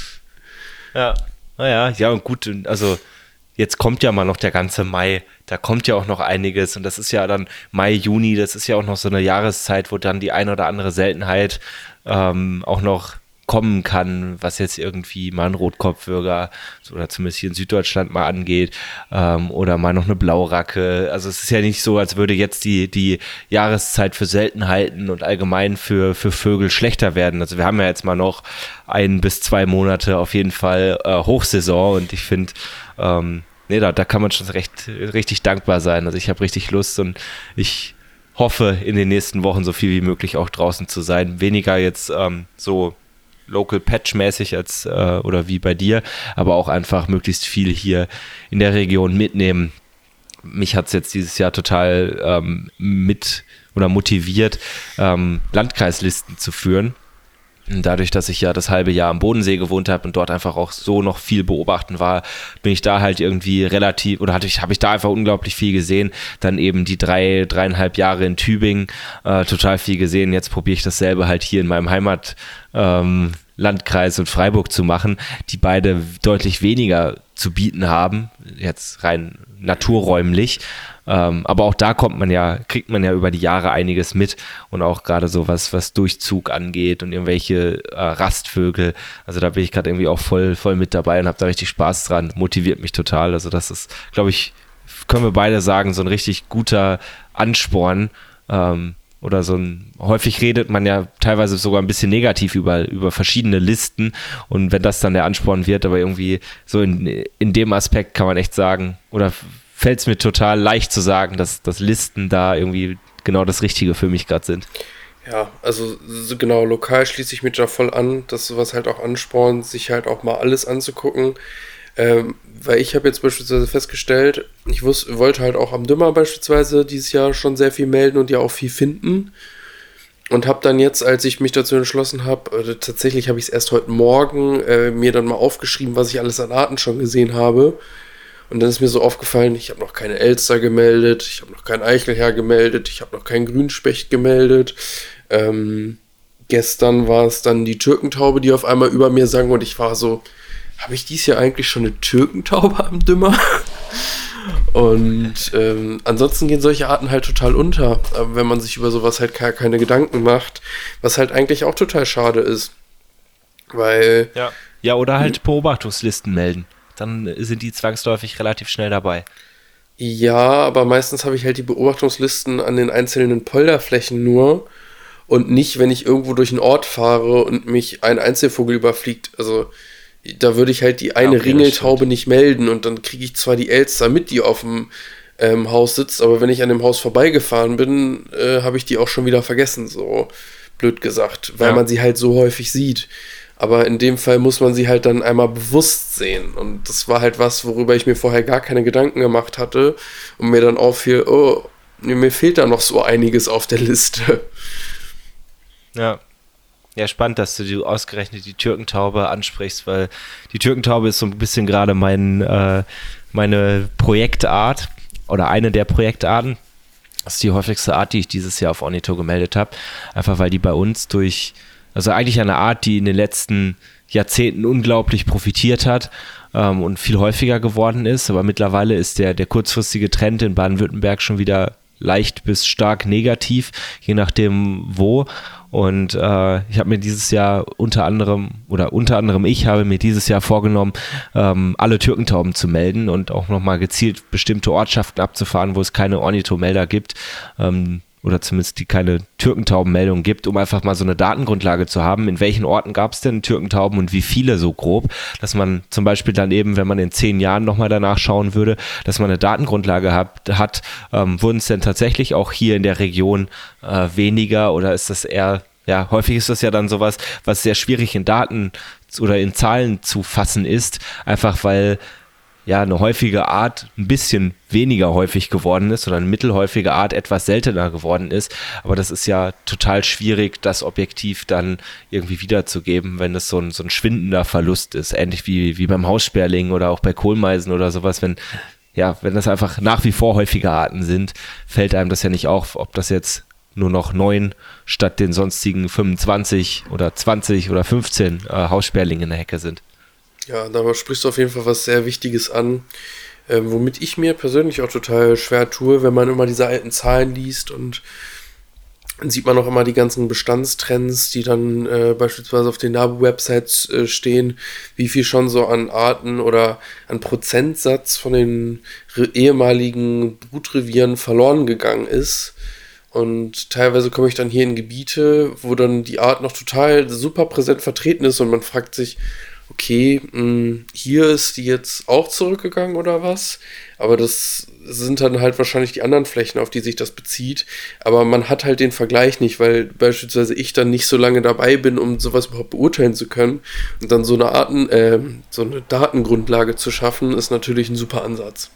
Ja, naja, ja und gut, also jetzt kommt ja mal noch der ganze Mai, da kommt ja auch noch einiges und das ist ja dann Mai, Juni, das ist ja auch noch so eine Jahreszeit, wo dann die eine oder andere Seltenheit ähm, auch noch kommen kann, was jetzt irgendwie mal ein Rotkopfwürger oder zumindest hier in Süddeutschland mal angeht ähm, oder mal noch eine Blauracke. Also es ist ja nicht so, als würde jetzt die, die Jahreszeit für Seltenheiten und allgemein für, für Vögel schlechter werden. Also wir haben ja jetzt mal noch ein bis zwei Monate auf jeden Fall äh, Hochsaison und ich finde, ähm, nee, da, da kann man schon recht richtig dankbar sein. Also ich habe richtig Lust und ich hoffe in den nächsten Wochen so viel wie möglich auch draußen zu sein. Weniger jetzt ähm, so Local Patch-mäßig als äh, oder wie bei dir, aber auch einfach möglichst viel hier in der Region mitnehmen. Mich hat es jetzt dieses Jahr total ähm, mit oder motiviert, ähm, Landkreislisten zu führen. Dadurch, dass ich ja das halbe Jahr am Bodensee gewohnt habe und dort einfach auch so noch viel beobachten war, bin ich da halt irgendwie relativ, oder hatte ich, habe ich da einfach unglaublich viel gesehen. Dann eben die drei, dreieinhalb Jahre in Tübingen, äh, total viel gesehen. Jetzt probiere ich dasselbe halt hier in meinem Heimat ähm, Landkreis und Freiburg zu machen, die beide deutlich weniger zu bieten haben, jetzt rein naturräumlich. Ähm, aber auch da kommt man ja, kriegt man ja über die Jahre einiges mit und auch gerade so was, was Durchzug angeht und irgendwelche äh, Rastvögel. Also da bin ich gerade irgendwie auch voll, voll mit dabei und habe da richtig Spaß dran, motiviert mich total. Also das ist, glaube ich, können wir beide sagen, so ein richtig guter Ansporn. Ähm, oder so ein, häufig redet man ja teilweise sogar ein bisschen negativ über, über verschiedene Listen und wenn das dann der Ansporn wird, aber irgendwie so in, in dem Aspekt kann man echt sagen, oder fällt es mir total leicht zu sagen, dass, dass Listen da irgendwie genau das Richtige für mich gerade sind. Ja, also so genau, lokal schließe ich mich da voll an, dass sowas halt auch anspornt, sich halt auch mal alles anzugucken. Ähm, weil ich habe jetzt beispielsweise festgestellt, ich wus- wollte halt auch am Dümmer beispielsweise dieses Jahr schon sehr viel melden und ja auch viel finden. Und habe dann jetzt, als ich mich dazu entschlossen habe, äh, tatsächlich habe ich es erst heute Morgen äh, mir dann mal aufgeschrieben, was ich alles an Arten schon gesehen habe. Und dann ist mir so aufgefallen, ich habe noch keine Elster gemeldet, ich habe noch keinen Eichelherr gemeldet, ich habe noch keinen Grünspecht gemeldet. Ähm, gestern war es dann die Türkentaube, die auf einmal über mir sang und ich war so, habe ich dies Jahr eigentlich schon eine Türkentaube am Dümmer? Und ähm, ansonsten gehen solche Arten halt total unter, wenn man sich über sowas halt gar keine Gedanken macht, was halt eigentlich auch total schade ist. Weil... Ja, ja oder halt Beobachtungslisten melden. Dann sind die zwangsläufig relativ schnell dabei. Ja, aber meistens habe ich halt die Beobachtungslisten an den einzelnen Polderflächen nur und nicht, wenn ich irgendwo durch einen Ort fahre und mich ein Einzelvogel überfliegt. Also da würde ich halt die eine okay, Ringeltaube nicht melden und dann kriege ich zwar die Elster mit, die auf dem ähm, Haus sitzt, aber wenn ich an dem Haus vorbeigefahren bin, äh, habe ich die auch schon wieder vergessen, so blöd gesagt, weil ja. man sie halt so häufig sieht. Aber in dem Fall muss man sie halt dann einmal bewusst sehen. Und das war halt was, worüber ich mir vorher gar keine Gedanken gemacht hatte. Und mir dann auffiel, oh, mir fehlt da noch so einiges auf der Liste. Ja. Ja, spannend, dass du die, ausgerechnet die Türkentaube ansprichst, weil die Türkentaube ist so ein bisschen gerade mein, äh, meine Projektart oder eine der Projektarten. Das ist die häufigste Art, die ich dieses Jahr auf Ornitho gemeldet habe. Einfach weil die bei uns durch... Also eigentlich eine Art, die in den letzten Jahrzehnten unglaublich profitiert hat ähm, und viel häufiger geworden ist. Aber mittlerweile ist der, der kurzfristige Trend in Baden-Württemberg schon wieder leicht bis stark negativ, je nachdem wo. Und äh, ich habe mir dieses Jahr unter anderem, oder unter anderem ich habe mir dieses Jahr vorgenommen, ähm, alle Türkentauben zu melden und auch nochmal gezielt bestimmte Ortschaften abzufahren, wo es keine Ornithomelder gibt. Ähm, oder zumindest die keine Türkentaubenmeldung gibt, um einfach mal so eine Datengrundlage zu haben, in welchen Orten gab es denn Türkentauben und wie viele so grob, dass man zum Beispiel dann eben, wenn man in zehn Jahren nochmal danach schauen würde, dass man eine Datengrundlage hat, hat ähm, wurden es denn tatsächlich auch hier in der Region äh, weniger oder ist das eher, ja, häufig ist das ja dann sowas, was sehr schwierig in Daten oder in Zahlen zu fassen ist, einfach weil ja eine häufige Art ein bisschen weniger häufig geworden ist oder eine mittelhäufige Art etwas seltener geworden ist. Aber das ist ja total schwierig, das objektiv dann irgendwie wiederzugeben, wenn es so ein, so ein schwindender Verlust ist. Ähnlich wie, wie beim Haussperling oder auch bei Kohlmeisen oder sowas. Wenn, ja, wenn das einfach nach wie vor häufige Arten sind, fällt einem das ja nicht auf, ob das jetzt nur noch neun statt den sonstigen fünfundzwanzig oder zwanzig oder fünfzehn äh, Haussperlinge in der Hecke sind. Ja, da sprichst du auf jeden Fall was sehr Wichtiges an, äh, womit ich mir persönlich auch total schwer tue, wenn man immer diese alten Zahlen liest und dann sieht man auch immer die ganzen Bestandstrends, die dann äh, beispielsweise auf den NABU-Websites äh, stehen, wie viel schon so an Arten oder an Prozentsatz von den re- ehemaligen Brutrevieren verloren gegangen ist. Und teilweise komme ich dann hier in Gebiete, wo dann die Art noch total super präsent vertreten ist und man fragt sich, okay, mh, hier ist die jetzt auch zurückgegangen oder was? Aber das sind dann halt wahrscheinlich die anderen Flächen, auf die sich das bezieht. Aber man hat halt den Vergleich nicht, weil beispielsweise ich dann nicht so lange dabei bin, um sowas überhaupt beurteilen zu können. Und dann so eine Arten, äh, so eine Datengrundlage zu schaffen, ist natürlich ein super Ansatz.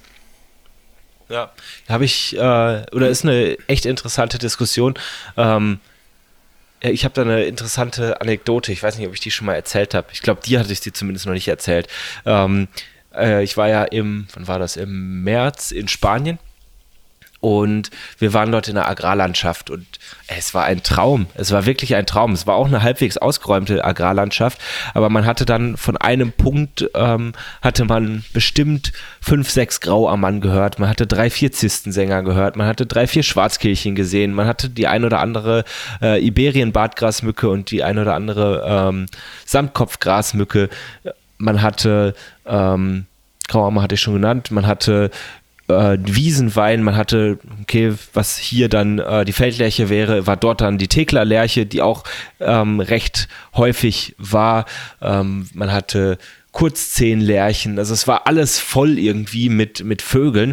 Ja, habe ich, äh, oder ist eine echt interessante Diskussion. Ähm, Ich habe da eine interessante Anekdote, ich weiß nicht, ob ich die schon mal erzählt habe. Ich glaube, die hatte ich dir zumindest noch nicht erzählt. Ähm, äh, ich war ja im, wann war das, im März in Spanien und wir waren dort in der Agrarlandschaft und es war ein Traum, es war wirklich ein Traum. Es war auch eine halbwegs ausgeräumte Agrarlandschaft, aber man hatte dann von einem Punkt, ähm, hatte man bestimmt fünf, sechs Grauammann gehört, man hatte drei, vier Zistensänger gehört, man hatte drei, vier Schwarzkehlchen gesehen, man hatte die ein oder andere äh, Iberien-Bartgrasmücke und die ein oder andere ähm, Sandkopfgrasmücke, man hatte, ähm, Grauammer hatte ich schon genannt, man hatte Äh, Wiesenwein, man hatte, okay, was hier dann äh, die Feldlerche wäre, war dort dann die Thekla-Lerche, die auch ähm, recht häufig war. Ähm, man hatte Kurzzehenlerchen, also es war alles voll irgendwie mit, mit Vögeln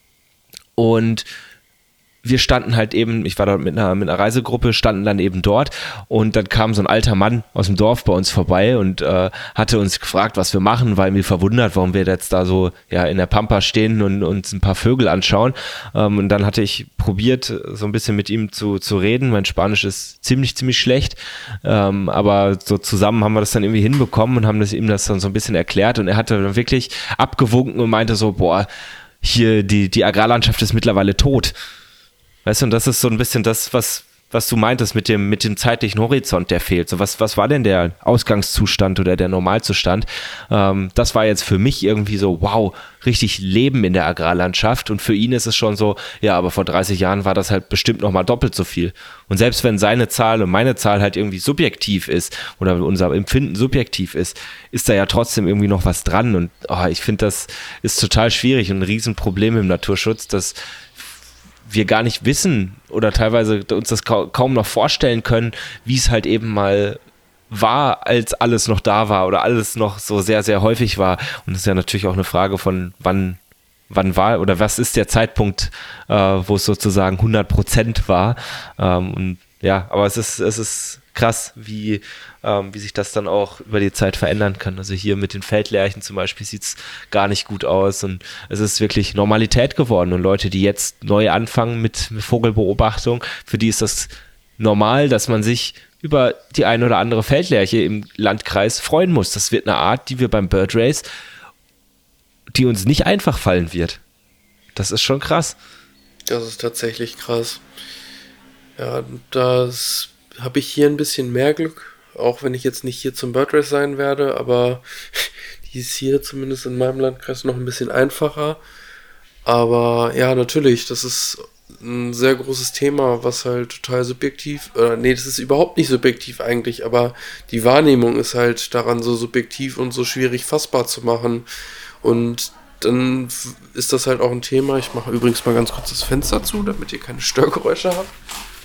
und wir standen halt eben, ich war da mit einer, mit einer Reisegruppe, standen dann eben dort und dann kam so ein alter Mann aus dem Dorf bei uns vorbei und äh, hatte uns gefragt, was wir machen, war irgendwie verwundert, warum wir jetzt da so ja in der Pampa stehen und uns ein paar Vögel anschauen. Ähm, und dann hatte ich probiert, so ein bisschen mit ihm zu, zu reden. Mein Spanisch ist ziemlich, ziemlich schlecht, ähm, aber so zusammen haben wir das dann irgendwie hinbekommen und haben das, ihm das dann so ein bisschen erklärt und er hatte dann wirklich abgewunken und meinte so, boah, hier die, die Agrarlandschaft ist mittlerweile tot. Weißt du, und das ist so ein bisschen das, was, was du meintest mit dem, mit dem zeitlichen Horizont, der fehlt. So, was, was war denn der Ausgangszustand oder der Normalzustand? Ähm, das war jetzt für mich irgendwie so, wow, richtig Leben in der Agrarlandschaft. Und für ihn ist es schon so, ja, aber vor dreißig Jahren war das halt bestimmt nochmal doppelt so viel. Und selbst wenn seine Zahl und meine Zahl halt irgendwie subjektiv ist oder unser Empfinden subjektiv ist, ist da ja trotzdem irgendwie noch was dran. Und oh, ich finde, das ist total schwierig und ein Riesenproblem im Naturschutz, dass wir gar nicht wissen oder teilweise uns das kaum noch vorstellen können, wie es halt eben mal war, als alles noch da war oder alles noch so sehr, sehr häufig war. Und das ist ja natürlich auch eine Frage von wann, wann war oder was ist der Zeitpunkt, äh, wo es sozusagen hundert Prozent war. Ähm, und ja, aber es ist, es ist krass, wie, ähm, wie sich das dann auch über die Zeit verändern kann. Also hier mit den Feldlerchen zum Beispiel sieht es gar nicht gut aus und es ist wirklich Normalität geworden und Leute, die jetzt neu anfangen mit, mit Vogelbeobachtung, für die ist das normal, dass man sich über die ein oder andere Feldlerche im Landkreis freuen muss. Das wird eine Art, die wir beim Bird Race, die uns nicht einfach fallen wird. Das ist schon krass. Das ist tatsächlich krass. Ja, das habe ich hier ein bisschen mehr Glück, auch wenn ich jetzt nicht hier zum Bird Race sein werde, aber die ist hier zumindest in meinem Landkreis noch ein bisschen einfacher. Aber ja, natürlich, das ist ein sehr großes Thema, was halt total subjektiv, äh, nee, das ist überhaupt nicht subjektiv eigentlich, aber die Wahrnehmung ist halt daran so subjektiv und so schwierig fassbar zu machen. Und dann ist das halt auch ein Thema. Ich mache übrigens mal ganz kurz das Fenster zu, damit ihr keine Störgeräusche habt.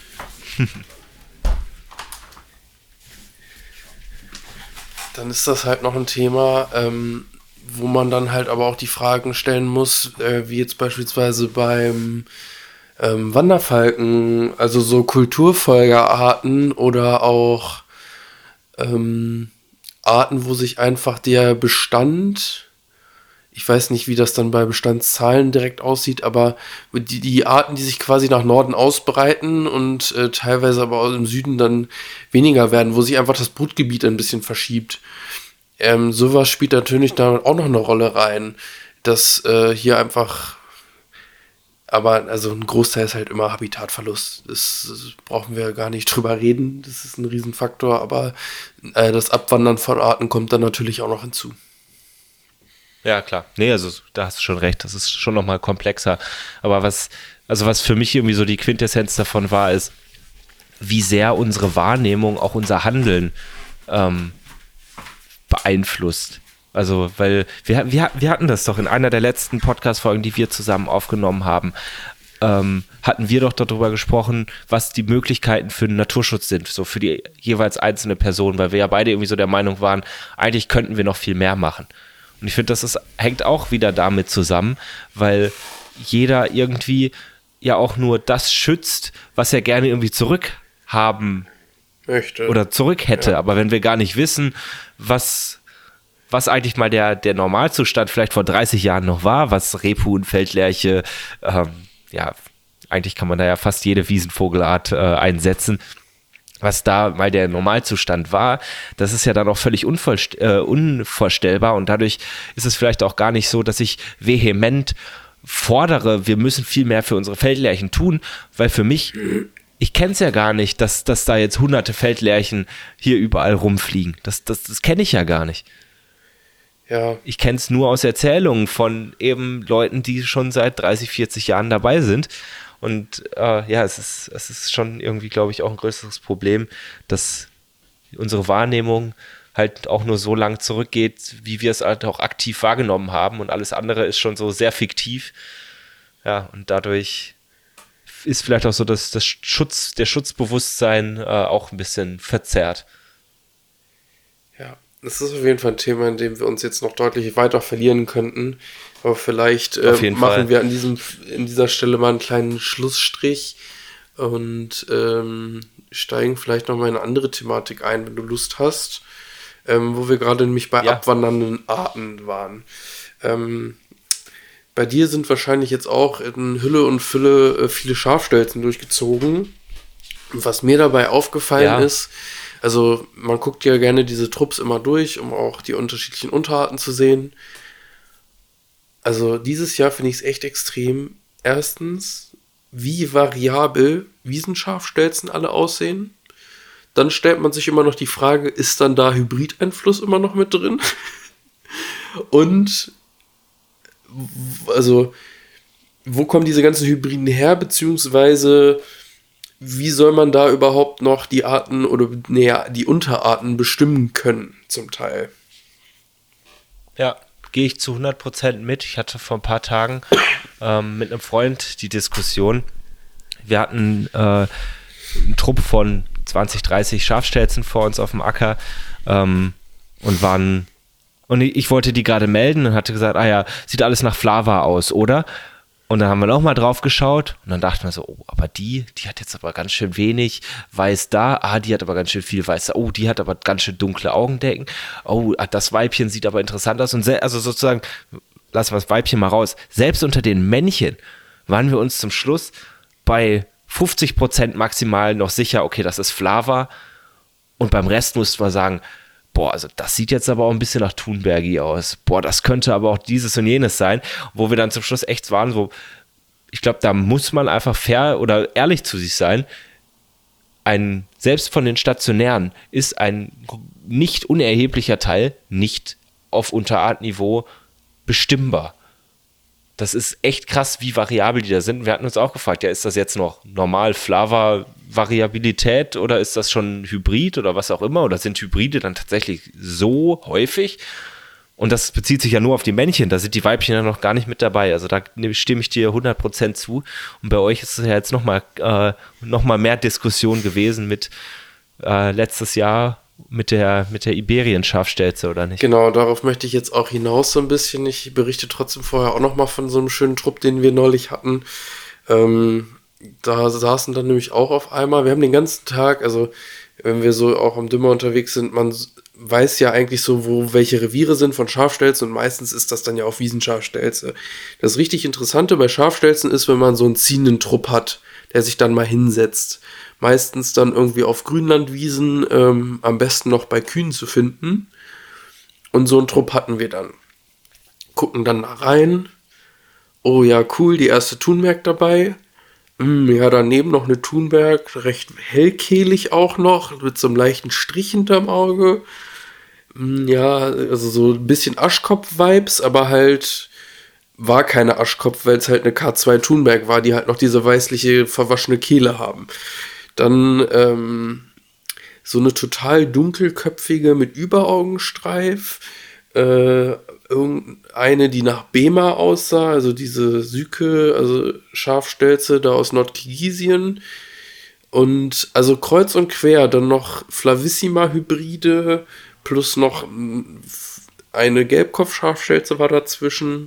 Dann ist das halt noch ein Thema, ähm, wo man dann halt aber auch die Fragen stellen muss, äh, wie jetzt beispielsweise beim ähm, Wanderfalken, also so Kulturfolgerarten oder auch ähm, Arten, wo sich einfach der Bestand, ich weiß nicht, wie das dann bei Bestandszahlen direkt aussieht, aber die, die Arten, die sich quasi nach Norden ausbreiten und äh, teilweise aber auch im Süden dann weniger werden, wo sich einfach das Brutgebiet ein bisschen verschiebt. Ähm, sowas spielt natürlich da auch noch eine Rolle rein, dass äh, hier einfach, aber also ein Großteil ist halt immer Habitatverlust. Das, das brauchen wir gar nicht drüber reden, das ist ein Riesenfaktor, aber äh, das Abwandern von Arten kommt dann natürlich auch noch hinzu. Ja, klar. Nee, also da hast du schon recht, das ist schon nochmal komplexer. Aber was, also was für mich irgendwie so die Quintessenz davon war, ist, wie sehr unsere Wahrnehmung auch unser Handeln ähm, beeinflusst. Also, weil wir, wir, wir hatten das doch in einer der letzten Podcast-Folgen, die wir zusammen aufgenommen haben, ähm, hatten wir doch darüber gesprochen, was die Möglichkeiten für den Naturschutz sind, so für die jeweils einzelne Person, weil wir ja beide irgendwie so der Meinung waren, eigentlich könnten wir noch viel mehr machen. Und ich finde, das ist, hängt auch wieder damit zusammen, weil jeder irgendwie ja auch nur das schützt, was er gerne irgendwie zurückhaben möchte oder zurück hätte. Ja. Aber wenn wir gar nicht wissen, was, was eigentlich mal der, der Normalzustand vielleicht vor dreißig Jahren noch war, was Rebhuhn, Feldlerche, ähm, ja, eigentlich kann man da ja fast jede Wiesenvogelart äh, einsetzen, was da mal der Normalzustand war, das ist ja dann auch völlig unvorst- äh, unvorstellbar und dadurch ist es vielleicht auch gar nicht so, dass ich vehement fordere, wir müssen viel mehr für unsere Feldlerchen tun, weil für mich, ich kenne es ja gar nicht, dass, dass da jetzt hunderte Feldlerchen hier überall rumfliegen. Das, das, das kenne ich ja gar nicht. Ja. Ich kenne es nur aus Erzählungen von eben Leuten, die schon seit dreißig, vierzig Jahren dabei sind. Und äh, ja, es ist, es ist schon irgendwie, glaube ich, auch ein größeres Problem, dass unsere Wahrnehmung halt auch nur so lang zurückgeht, wie wir es halt auch aktiv wahrgenommen haben. Und alles andere ist schon so sehr fiktiv. Ja, und dadurch ist vielleicht auch so, dass das Schutz, der Schutzbewusstsein äh, auch ein bisschen verzerrt. Ja, das ist auf jeden Fall ein Thema, in dem wir uns jetzt noch deutlich weiter verlieren könnten. Aber vielleicht äh, machen Fall. wir an diesem, in dieser Stelle mal einen kleinen Schlussstrich und ähm, steigen vielleicht nochmal in eine andere Thematik ein, wenn du Lust hast, ähm, wo wir gerade nämlich bei ja. abwandernden Arten waren. Ähm, bei dir sind wahrscheinlich jetzt auch in Hülle und Fülle äh, viele Schafstelzen durchgezogen. Und was mir dabei aufgefallen ja. ist, also man guckt ja gerne diese Trupps immer durch, um auch die unterschiedlichen Unterarten zu sehen. Also dieses Jahr finde ich es echt extrem. Erstens, wie variabel Wiesenschafstelzen alle aussehen. Dann stellt man sich immer noch die Frage, ist dann da Hybrideinfluss immer noch mit drin? Und also, wo kommen diese ganzen Hybriden her, beziehungsweise wie soll man da überhaupt noch die Arten oder nee, die Unterarten bestimmen können, zum Teil? Ja, gehe ich zu hundert Prozent mit. Ich hatte vor ein paar Tagen ähm, mit einem Freund die Diskussion. Wir hatten äh, einen Trupp von zwanzig, dreißig Schafstelzen vor uns auf dem Acker ähm, und waren und ich wollte die gerade melden und hatte gesagt, ah ja, sieht alles nach Flava aus, oder? Und dann haben wir noch mal drauf geschaut und dann dachten wir so, oh, aber die, die hat jetzt aber ganz schön wenig weiß da, ah, die hat aber ganz schön viel weiß da, oh, die hat aber ganz schön dunkle Augendecken, oh, das Weibchen sieht aber interessant aus und se- also sozusagen, lassen wir das Weibchen mal raus, selbst unter den Männchen waren wir uns zum Schluss bei fünfzig Prozent maximal noch sicher, okay, das ist Flava und beim Rest mussten wir sagen, boah, also das sieht jetzt aber auch ein bisschen nach Thunbergi aus. Boah, das könnte aber auch dieses und jenes sein, wo wir dann zum Schluss echt waren, so, ich glaube, da muss man einfach fair oder ehrlich zu sich sein. Ein, selbst von den Stationären ist ein nicht unerheblicher Teil nicht auf Unterartniveau bestimmbar. Das ist echt krass, wie variabel die da sind. Wir hatten uns auch gefragt, ja, ist das jetzt noch normal Flava-Variabilität oder ist das schon Hybrid oder was auch immer? Oder sind Hybride dann tatsächlich so häufig? Und das bezieht sich ja nur auf die Männchen, da sind die Weibchen ja noch gar nicht mit dabei. Also da stimme ich dir hundert Prozent zu. Und bei euch ist es ja jetzt nochmal äh, noch mal mehr Diskussion gewesen mit äh, letztes Jahr mit der, mit der Iberien-Schafstelze, oder nicht? Genau, darauf möchte ich jetzt auch hinaus so ein bisschen. Ich berichte trotzdem vorher auch nochmal von so einem schönen Trupp, den wir neulich hatten. Ähm, da saßen dann nämlich auch auf einmal, wir haben den ganzen Tag, also wenn wir so auch am Dümmer unterwegs sind, man weiß ja eigentlich so, wo welche Reviere sind von Schafstelzen und meistens ist das dann ja auch Wiesenschafstelze. Das richtig Interessante bei Schafstelzen ist, wenn man so einen ziehenden Trupp hat, der sich dann mal hinsetzt. Meistens dann irgendwie auf Grünlandwiesen, ähm, am besten noch bei Kühen zu finden. Und so einen Trupp hatten wir dann. Gucken dann da rein. Oh ja, cool, die erste Thunberg dabei. Hm, ja, daneben noch eine Thunberg, recht hellkehlig auch noch, mit so einem leichten Strich hinterm Auge. Hm, ja, also so ein bisschen Aschkopf-Vibes, aber halt war keine Aschkopf, weil es halt eine K zwei Thunberg war, die halt noch diese weißliche, verwaschene Kehle haben. Dann ähm, so eine total dunkelköpfige mit Überaugenstreif. Äh, irgendeine, die nach Bema aussah, also diese Syke, also Schafstelze da aus Nordkirgisien. Und also kreuz und quer, dann noch Flavissima-Hybride plus noch eine Gelbkopf-Schafstelze war dazwischen.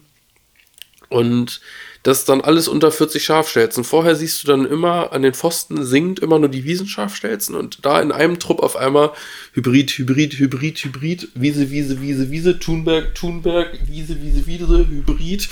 Und das dann alles unter vierzig Schafstelzen. Vorher siehst du dann immer an den Pfosten singt immer nur die Wiesenschafstelzen und da in einem Trupp auf einmal Hybrid, Hybrid, Hybrid, Hybrid, Wiese, Wiese, Wiese, Wiese, Thunberg, Thunberg, Wiese, Wiese, Wiese, Hybrid.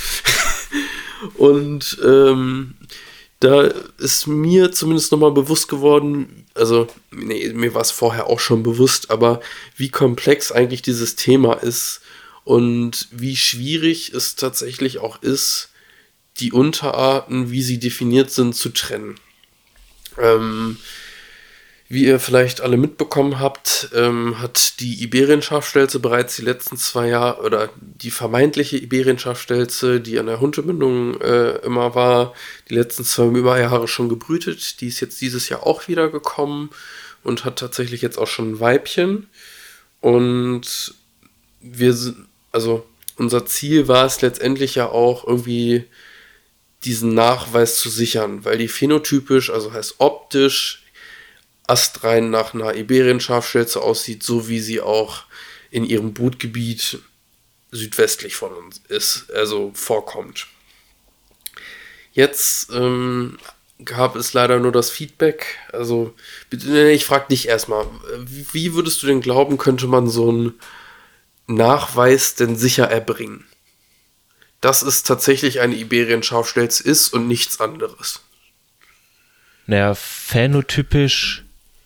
Und ähm, da ist mir zumindest nochmal bewusst geworden, also nee, mir war es vorher auch schon bewusst, aber wie komplex eigentlich dieses Thema ist und wie schwierig es tatsächlich auch ist, die Unterarten, wie sie definiert sind, zu trennen. Ähm, wie ihr vielleicht alle mitbekommen habt, ähm, hat die Iberien-Schafstelze bereits die letzten zwei Jahre, oder die vermeintliche Iberien-Schafstelze, die an der Hundemündung äh, immer war, die letzten zwei Jahre schon gebrütet. Die ist jetzt dieses Jahr auch wieder gekommen und hat tatsächlich jetzt auch schon ein Weibchen. Und wir sind, also unser Ziel war es letztendlich ja auch irgendwie diesen Nachweis zu sichern, weil die phänotypisch, also heißt optisch, astrein nach einer Iberien-Schafstelze aussieht, so wie sie auch in ihrem Brutgebiet südwestlich von uns ist, also vorkommt. Jetzt ähm, gab es leider nur das Feedback, also ich frage dich erstmal, wie würdest du denn glauben, könnte man so einen Nachweis denn sicher erbringen? Dass es tatsächlich eine Iberien-Schafstelze ist und nichts anderes. Naja, phänotypisch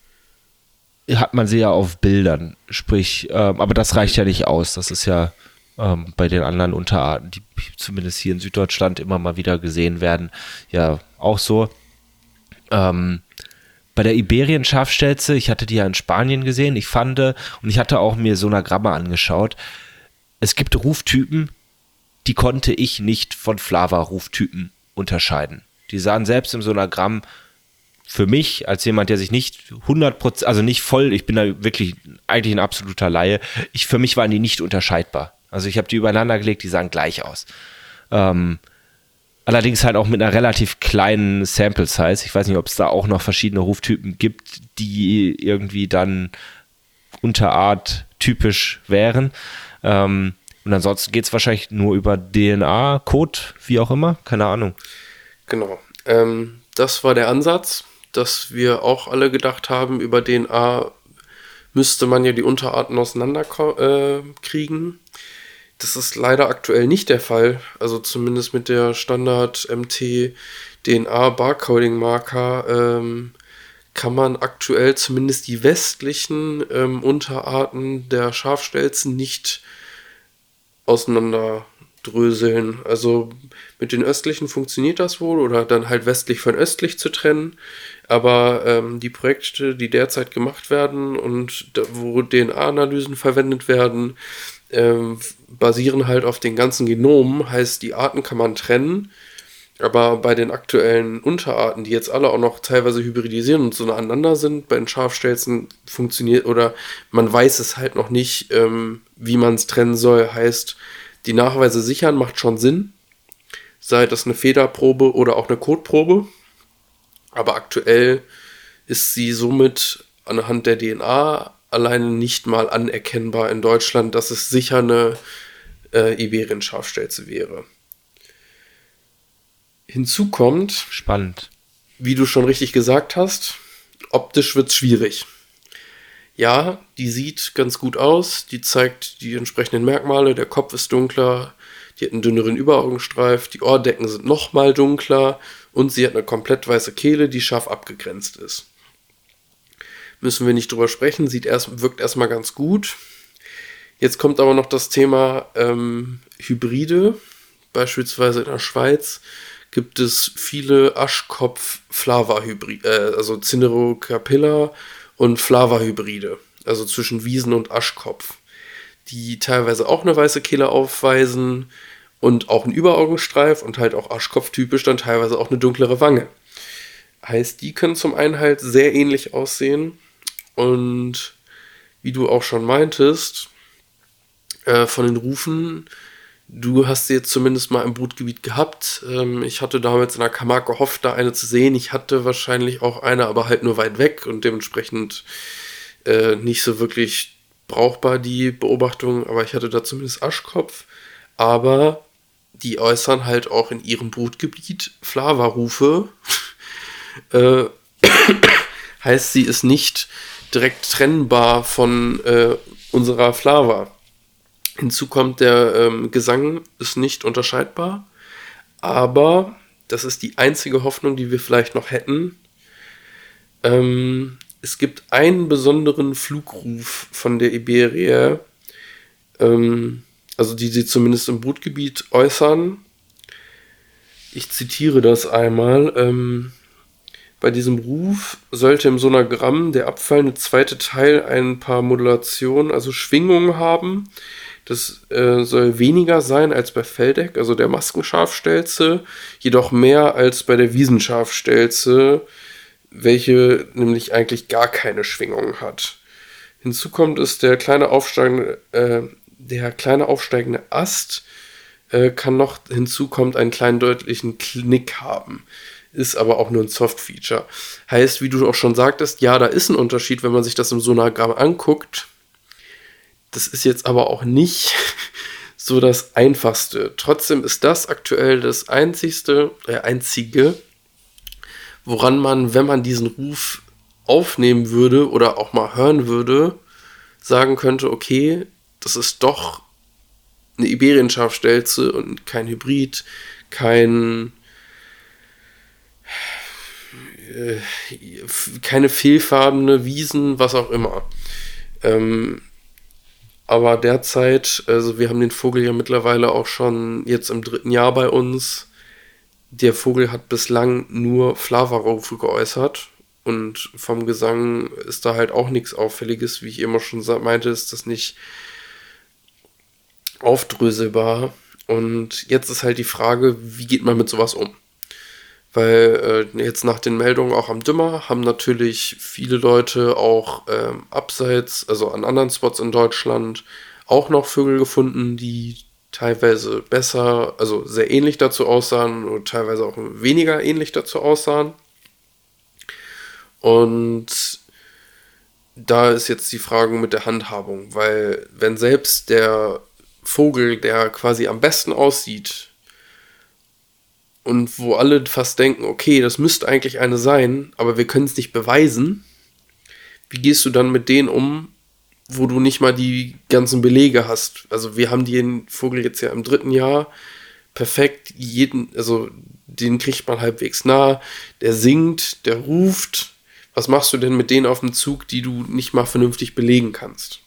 hat man sie ja auf Bildern, sprich, ähm, aber das reicht ja nicht aus. Das ist ja ähm, bei den anderen Unterarten, die zumindest hier in Süddeutschland immer mal wieder gesehen werden, ja auch so. Ähm, bei der Iberien-Schafstelze, ich hatte die ja in Spanien gesehen, ich fand, und ich hatte auch mir Sonogramme angeschaut, es gibt Ruftypen, die konnte ich nicht von Flava-Ruftypen unterscheiden. Die sahen selbst im Sonogramm für mich, als jemand, der sich nicht hundert Prozent, also nicht voll, ich bin da wirklich eigentlich ein absoluter Laie, ich, für mich waren die nicht unterscheidbar. Also ich habe die übereinander gelegt, die sahen gleich aus. Ähm, allerdings halt auch mit einer relativ kleinen Sample-Size. Ich weiß nicht, ob es da auch noch verschiedene Ruftypen gibt, die irgendwie dann Unterart typisch wären. Ähm, Und ansonsten geht es wahrscheinlich nur über D N A, Code, wie auch immer, keine Ahnung. Genau, ähm, das war der Ansatz, dass wir auch alle gedacht haben, über D N A müsste man ja die Unterarten auseinander äh, kriegen. Das ist leider aktuell nicht der Fall, also zumindest mit der Standard-M T D N A-Barcoding-Marker ähm, kann man aktuell zumindest die westlichen ähm, Unterarten der Schafstelzen nicht auseinanderdröseln. Also mit den östlichen funktioniert das wohl oder dann halt westlich von östlich zu trennen. Aber ähm, die Projekte, die derzeit gemacht werden und da, wo D N A-Analysen verwendet werden, ähm, basieren halt auf den ganzen Genomen. Heißt, die Arten kann man trennen Aber bei den aktuellen Unterarten, die jetzt alle auch noch teilweise hybridisieren und so aneinander sind, bei den Schafstelzen funktioniert, oder man weiß es halt noch nicht, ähm, wie man es trennen soll. Heißt, die Nachweise sichern macht schon Sinn, sei das eine Federprobe oder auch eine Kotprobe. Aber aktuell ist sie somit anhand der D N A alleine nicht mal anerkennbar in Deutschland, dass es sicher eine äh, Iberien-Schafstelze wäre. Hinzu kommt, spannend, wie du schon richtig gesagt hast, optisch wird es schwierig. Ja, die sieht ganz gut aus, die zeigt die entsprechenden Merkmale, der Kopf ist dunkler, die hat einen dünneren Überaugenstreif, die Ohrdecken sind nochmal dunkler und sie hat eine komplett weiße Kehle, die scharf abgegrenzt ist. Müssen wir nicht drüber sprechen, sieht erst, wirkt erstmal ganz gut. Jetzt kommt aber noch das Thema ähm, Hybride, beispielsweise in der Schweiz gibt es viele Aschkopf-Flava-Hybride, äh, also Cinerocapilla und Flava-Hybride, also zwischen Wiesen und Aschkopf, die teilweise auch eine weiße Kehle aufweisen und auch einen Überaugenstreif und halt auch Aschkopf-typisch dann teilweise auch eine dunklere Wange. Heißt, die können zum einen halt sehr ähnlich aussehen und wie du auch schon meintest, äh, von den Rufen, du hast sie jetzt zumindest mal im Brutgebiet gehabt. Ähm, ich hatte damals in der Camargue gehofft, da eine zu sehen. Ich hatte wahrscheinlich auch eine, aber halt nur weit weg und dementsprechend äh, nicht so wirklich brauchbar, die Beobachtung. Aber ich hatte da zumindest Aschkopf. Aber die äußern halt auch in ihrem Brutgebiet Flava-Rufe. äh, heißt, sie ist nicht direkt trennbar von äh, unserer Flava. Hinzu kommt, der ähm, Gesang ist nicht unterscheidbar, aber das ist die einzige Hoffnung, die wir vielleicht noch hätten. Ähm, es gibt einen besonderen Flugruf von der Iberia, ähm, also die sie zumindest im Brutgebiet äußern. Ich zitiere das einmal. Ähm, bei diesem Ruf sollte im Sonogramm der abfallende zweite Teil ein paar Modulationen, also Schwingungen haben. Das äh, soll weniger sein als bei Feldeck, also der Maskenschafstelze, jedoch mehr als bei der Wiesenschafstelze, welche nämlich eigentlich gar keine Schwingung hat. Hinzu kommt es, der kleine aufsteigende, äh, der kleine aufsteigende Ast äh, kann noch, hinzu kommt, einen kleinen deutlichen Knick haben. Ist aber auch nur ein Soft-Feature. Heißt, wie du auch schon sagtest, ja, da ist ein Unterschied, wenn man sich das im Sonogramm anguckt. Das ist jetzt aber auch nicht so das Einfachste. Trotzdem ist das aktuell das einzigste, äh, einzige, woran man, wenn man diesen Ruf aufnehmen würde oder auch mal hören würde, sagen könnte, okay, das ist doch eine Iberien-Schafstelze und kein Hybrid, kein äh, keine fehlfarbene Wiesen, was auch immer. Ähm, Aber derzeit, also wir haben den Vogel ja mittlerweile auch schon jetzt im dritten Jahr bei uns. Der Vogel hat bislang nur Flava-Rufe geäußert und vom Gesang ist da halt auch nichts Auffälliges. Wie ich immer schon meinte, ist das nicht aufdröselbar. Und jetzt ist halt die Frage, wie geht man mit sowas um? Weil äh, jetzt nach den Meldungen auch am Dümmer haben natürlich viele Leute auch ähm, abseits, also an anderen Spots in Deutschland, auch noch Vögel gefunden, die teilweise besser, also sehr ähnlich dazu aussahen und teilweise auch weniger ähnlich dazu aussahen. Und da ist jetzt die Frage mit der Handhabung, weil wenn selbst der Vogel, der quasi am besten aussieht, und wo alle fast denken, okay, das müsste eigentlich eine sein, aber wir können es nicht beweisen. Wie gehst du dann mit denen um, wo du nicht mal die ganzen Belege hast? Also wir haben den Vogel jetzt ja im dritten Jahr perfekt, jeden, also den kriegt man halbwegs nah, der singt, der ruft. Was machst du denn mit denen auf dem Zug, die du nicht mal vernünftig belegen kannst?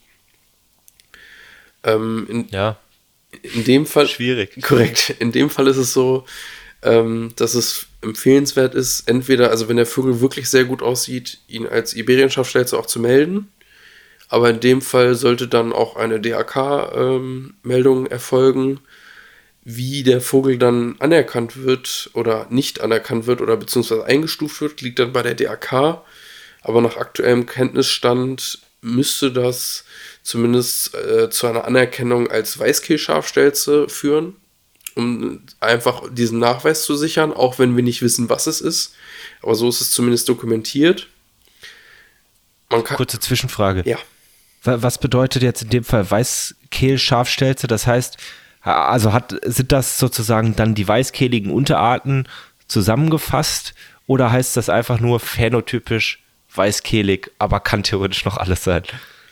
Ähm, in, ja. In dem Fall... Schwierig. Korrekt. In dem Fall ist es so, Ähm, dass es empfehlenswert ist, entweder, also wenn der Vogel wirklich sehr gut aussieht, ihn als Iberienschafstelze auch zu melden, aber in dem Fall sollte dann auch eine D A K-Meldung ähm, erfolgen. Wie der Vogel dann anerkannt wird oder nicht anerkannt wird oder beziehungsweise eingestuft wird, liegt dann bei der D A K. Aber nach aktuellem Kenntnisstand müsste das zumindest äh, zu einer Anerkennung als Weißkehlschafstelze führen, um einfach diesen Nachweis zu sichern, auch wenn wir nicht wissen, was es ist. Aber so ist es zumindest dokumentiert. Man kann, Kurze Zwischenfrage. Ja. Was bedeutet jetzt in dem Fall Weißkehlschafstelze? Das heißt, also hat, sind das sozusagen dann die weißkehligen Unterarten zusammengefasst oder heißt das einfach nur phänotypisch weißkehlig, aber kann theoretisch noch alles sein?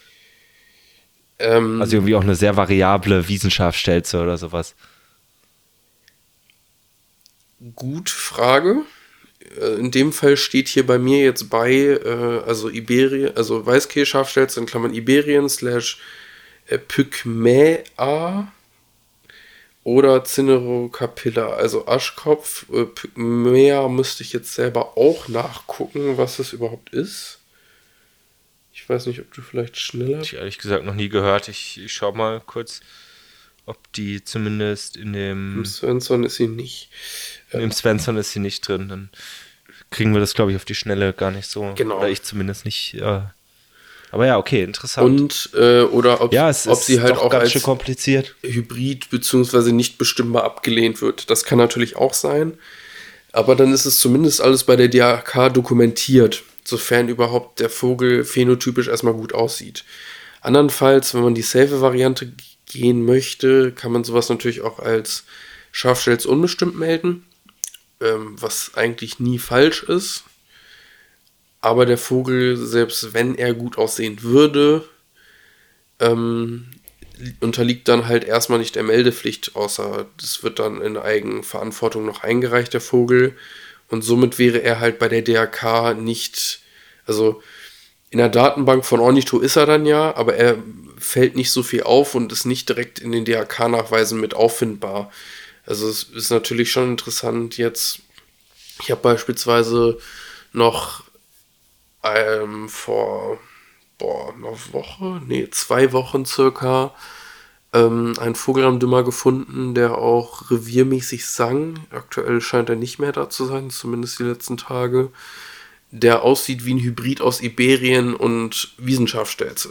Ähm, also irgendwie auch eine sehr variable Wiesenschafstelze oder sowas. Gute Frage. In dem Fall steht hier bei mir jetzt bei, äh, also Iberien, also Weißkehlschafstelze in Klammern Iberien slash Pygmäa oder Cinerocapilla, also Aschkopf. Äh, Pygmäa müsste ich jetzt selber auch nachgucken, was das überhaupt ist. Ich weiß nicht, ob du vielleicht schneller... Ich ehrlich gesagt noch nie gehört. Ich, ich schau mal kurz, ob die zumindest in dem... Im Svensson ist sie nicht. Ähm, Im Svensson ist sie nicht drin. Dann kriegen wir das, glaube ich, auf die Schnelle gar nicht so. Genau. Oder ich zumindest nicht. Äh, aber ja, okay, interessant. Und, äh, oder ob, ja, es ob ist sie halt doch auch ganz als schön kompliziert. Hybrid bzw. nicht bestimmbar abgelehnt wird. Das kann natürlich auch sein. Aber dann ist es zumindest alles bei der D A K dokumentiert, sofern überhaupt der Vogel phänotypisch erstmal gut aussieht. Andernfalls, wenn man die safe Variante gehen möchte, kann man sowas natürlich auch als Schafstelz unbestimmt melden, ähm, was eigentlich nie falsch ist. Aber der Vogel, selbst wenn er gut aussehen würde, ähm, unterliegt dann halt erstmal nicht der Meldepflicht, außer das wird dann in Eigenverantwortung noch eingereicht, der Vogel. Und somit wäre er halt bei der D A K nicht, also in der Datenbank von Ornitho ist er dann ja, aber er fällt nicht so viel auf und ist nicht direkt in den D A K-Nachweisen mit auffindbar. Also es ist natürlich schon interessant jetzt, ich habe beispielsweise noch ähm, vor boah, einer Woche, nee, zwei Wochen circa ähm, einen Vogel am Dümmer gefunden, der auch reviermäßig sang. Aktuell scheint er nicht mehr da zu sein, zumindest die letzten Tage. Der aussieht wie ein Hybrid aus Iberien und Wiesenschafstelze.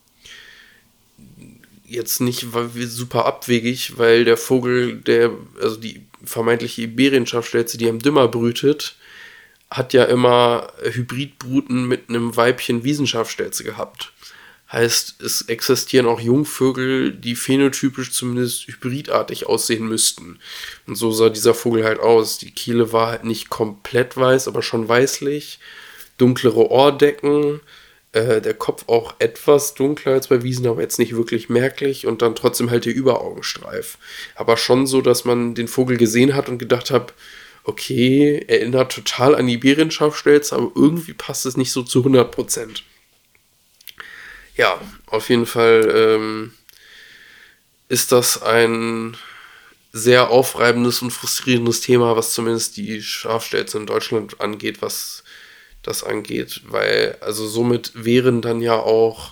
Jetzt nicht super abwegig, weil der Vogel, der, also die vermeintliche Iberienschafstelze, die am Dümmer brütet, hat ja immer Hybridbruten mit einem Weibchen Wiesenschafstelze gehabt. Heißt, es existieren auch Jungvögel, die phänotypisch zumindest hybridartig aussehen müssten. Und so sah dieser Vogel halt aus. Die Kehle war halt nicht komplett weiß, aber schon weißlich. Dunklere Ohrdecken, äh, der Kopf auch etwas dunkler als bei Wiesen, aber jetzt nicht wirklich merklich. Und dann trotzdem halt der Überaugenstreif. Aber schon so, dass man den Vogel gesehen hat und gedacht hat, okay, erinnert total an Iberienschafstelze, aber irgendwie passt es nicht so zu hundert Prozent. Ja, auf jeden Fall ähm, ist das ein sehr aufreibendes und frustrierendes Thema, was zumindest die Schafstelze in Deutschland angeht, was das angeht, weil also somit wären dann ja auch